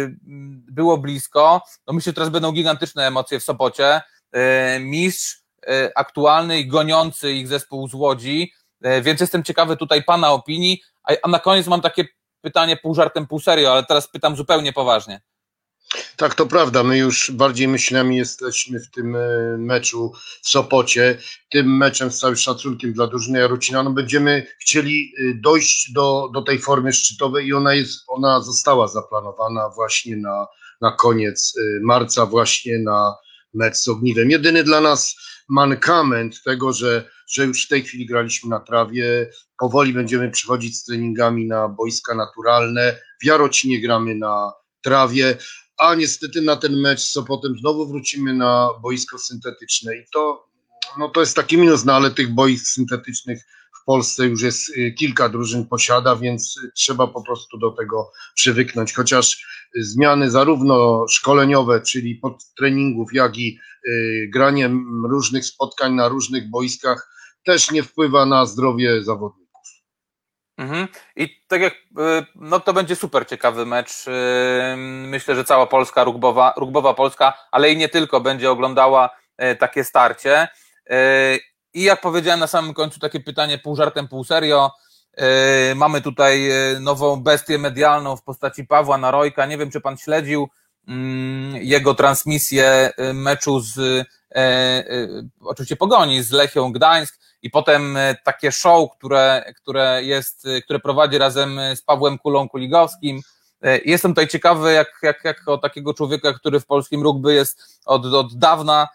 było blisko. No myślę, że teraz będą gigantyczne emocje w Sopocie. Mistrz aktualny i goniący ich zespół z Łodzi, więc jestem ciekawy tutaj pana opinii, a na koniec mam takie pytanie pół żartem, pół serio, ale teraz pytam zupełnie poważnie. Tak, to prawda. My już bardziej myślami jesteśmy w tym meczu w Sopocie. Tym meczem, z całym szacunkiem dla drużyny Jarocina, no będziemy chcieli dojść do tej formy szczytowej i ona została zaplanowana właśnie na koniec marca, właśnie na mecz z Ogniwem. Jedyny dla nas mankament tego, że już w tej chwili graliśmy na trawie, powoli będziemy przychodzić z treningami na boiska naturalne. W Jarocinie gramy na trawie, a niestety na ten mecz z Sopotem znowu wrócimy na boisko syntetyczne i to jest taki minus, no ale tych boisk syntetycznych w Polsce już jest kilka drużyn posiada, więc trzeba po prostu do tego przywyknąć, chociaż zmiany zarówno szkoleniowe, czyli treningów, jak i granie różnych spotkań na różnych boiskach też nie wpływa na zdrowie zawodników. Mhm. I tak jak, no to będzie super ciekawy mecz. Myślę, że cała Polska, rugbowa Polska, ale i nie tylko, będzie oglądała takie starcie. I jak powiedziałem na samym końcu, takie pytanie pół żartem, pół serio. Mamy tutaj nową bestię medialną w postaci Pawła Narojka. Nie wiem, czy pan śledził jego transmisję meczu z oczywiście Pogoni z Lechią Gdańsk i potem takie show, które prowadzi razem z Pawłem Kulą Kuligowskim. Jestem tutaj ciekawy, jak o takiego człowieka, który w polskim rugby jest od dawna,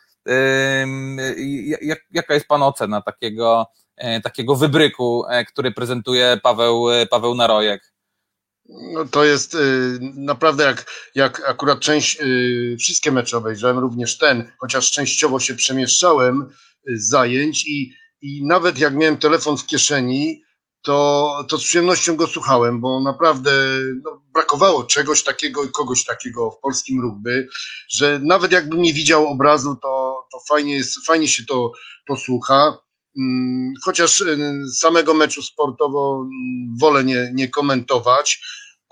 jaka jest pana ocena takiego wybryku, który prezentuje Paweł Narojek? No to jest naprawdę jak akurat wszystkie mecze obejrzałem, również ten, chociaż częściowo się przemieszczałem z zajęć i nawet jak miałem telefon w kieszeni, to z przyjemnością go słuchałem, bo naprawdę brakowało czegoś takiego i kogoś takiego w polskim rugby, że nawet jakbym nie widział obrazu, to fajnie się to słucha. Chociaż samego meczu sportowo wolę nie komentować,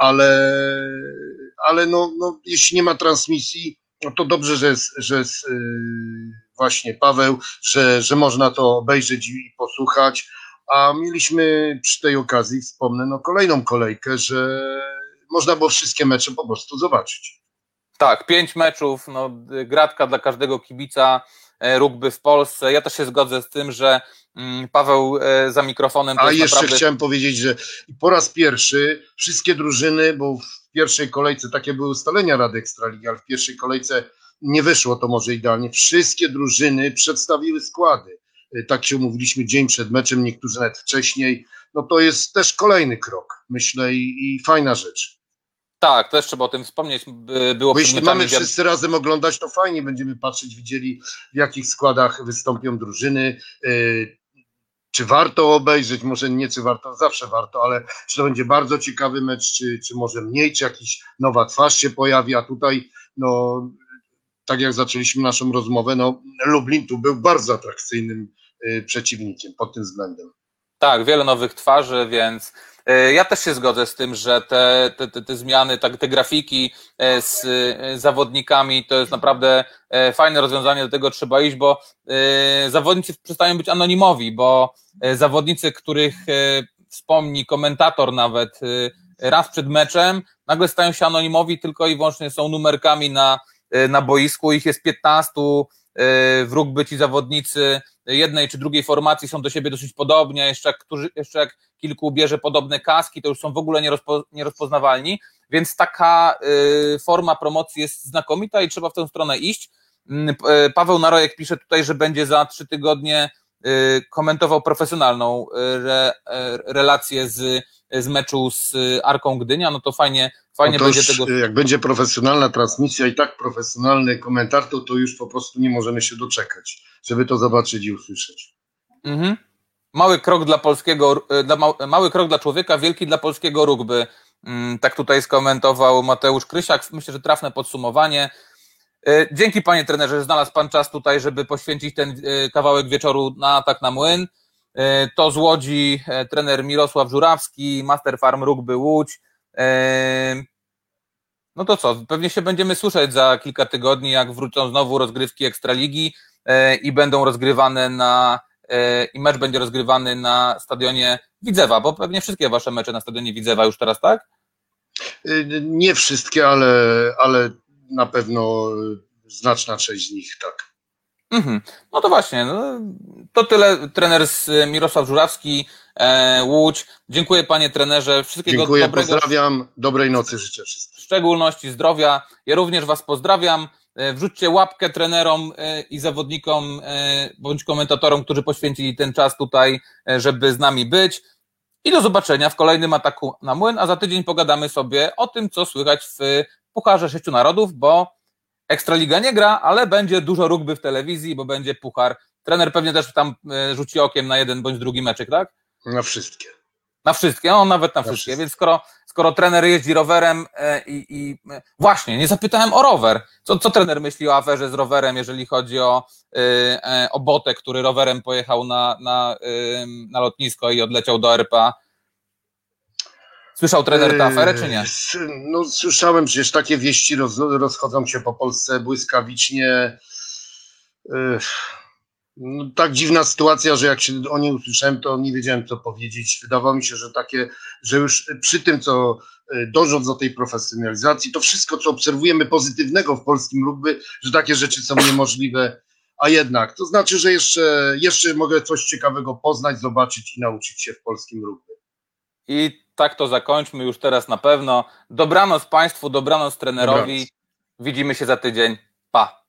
ale jeśli nie ma transmisji, no to dobrze, że jest właśnie Paweł, że można to obejrzeć i posłuchać, a mieliśmy przy tej okazji, wspomnę, kolejną kolejkę, że można było wszystkie mecze po prostu zobaczyć. Tak, 5 meczów, gratka dla każdego kibica rugby w Polsce. Ja też się zgodzę z tym, że Paweł za mikrofonem... A jeszcze naprawdę... chciałem powiedzieć, że po raz pierwszy wszystkie drużyny, bo w pierwszej kolejce takie były ustalenia Rady Ekstraligi, ale w pierwszej kolejce nie wyszło to może idealnie. Wszystkie drużyny przedstawiły składy. Tak się umówiliśmy dzień przed meczem, niektórzy nawet wcześniej. No to jest też kolejny krok, myślę, i fajna rzecz. Tak, też trzeba o tym wspomnieć. Bo jeśli mamy wszyscy razem oglądać, to fajnie będziemy patrzeć, widzieli w jakich składach wystąpią drużyny. czy warto obejrzeć, może nie czy warto, zawsze warto, ale czy to będzie bardzo ciekawy mecz, czy może mniej, czy jakiś nowa twarz się pojawi, a tutaj no tak jak zaczęliśmy naszą rozmowę, no Lublin tu był bardzo atrakcyjnym przeciwnikiem pod tym względem. Tak, wiele nowych twarzy, więc ja też się zgodzę z tym, że te zmiany, te grafiki z zawodnikami to jest naprawdę fajne rozwiązanie, do tego trzeba iść, bo zawodnicy przestają być anonimowi, bo zawodnicy, których wspomni komentator nawet raz przed meczem, nagle stają się anonimowi, tylko i wyłącznie są numerkami na boisku, ich jest 15, w rugby ci zawodnicy jednej czy drugiej formacji są do siebie dosyć podobni, a jeszcze jak kilku bierze podobne kaski, to już są w ogóle nierozpoznawalni, więc taka forma promocji jest znakomita i trzeba w tę stronę iść. Paweł Narojek pisze tutaj, że będzie za 3 tygodnie komentował profesjonalną relację z meczu z Arką Gdynia, no to fajnie no to będzie już, tego... jak będzie profesjonalna transmisja i tak profesjonalny komentarz, to już po prostu nie możemy się doczekać, żeby to zobaczyć i usłyszeć. Mhm. Mały krok dla polskiego, mały krok dla człowieka, wielki dla polskiego rugby. Tak tutaj skomentował Mateusz Krysiak. Myślę, że trafne podsumowanie. Dzięki panie trenerze, że znalazł pan czas tutaj, żeby poświęcić ten kawałek wieczoru na Atak na Młyn. To z Łodzi trener Mirosław Żurawski, Master Farm Rugby Łódź. No to co, pewnie się będziemy słyszeć za kilka tygodni, jak wrócą znowu rozgrywki Ekstraligi i będą rozgrywane i mecz będzie rozgrywany na stadionie Widzewa, bo pewnie wszystkie wasze mecze na stadionie Widzewa już teraz, tak? Nie wszystkie, ale na pewno znaczna część z nich, tak. No to właśnie, to tyle. Trener Mirosław Żurawski, Łódź. Dziękuję panie trenerze, wszystkiego Dziękuję, dobrego. Pozdrawiam, dobrej nocy życzę wszystkim. W szczególności zdrowia. Ja również was pozdrawiam. Wrzućcie łapkę trenerom i zawodnikom bądź komentatorom, którzy poświęcili ten czas tutaj, żeby z nami być. I do zobaczenia w kolejnym Ataku na Młyn, a za tydzień pogadamy sobie o tym, co słychać w Pucharze 6 Narodów, bo Ekstraliga nie gra, ale będzie dużo rugby w telewizji, bo będzie puchar. Trener pewnie też tam rzuci okiem na jeden bądź drugi meczek, tak? Na wszystkie. Na wszystkie, nawet na wszystkie. Więc skoro trener jeździ rowerem właśnie, nie zapytałem o rower. Co trener myśli o aferze z rowerem, jeżeli chodzi o Botę, który rowerem pojechał na lotnisko i odleciał do RPA? Słyszał trener tę aferę, czy nie? No słyszałem, przecież takie wieści rozchodzą się po Polsce błyskawicznie. No, tak dziwna sytuacja, że jak się o niej usłyszałem, to nie wiedziałem, co powiedzieć. Wydawało mi się, że już przy tym, co dążąc do tej profesjonalizacji, to wszystko, co obserwujemy pozytywnego w polskim rugby, że takie rzeczy są niemożliwe, a jednak, to znaczy, że jeszcze mogę coś ciekawego poznać, zobaczyć i nauczyć się w polskim rugby. I tak to zakończmy już teraz na pewno. Dobranoc państwu, dobranoc trenerowi. Dobranoc. Widzimy się za tydzień. Pa!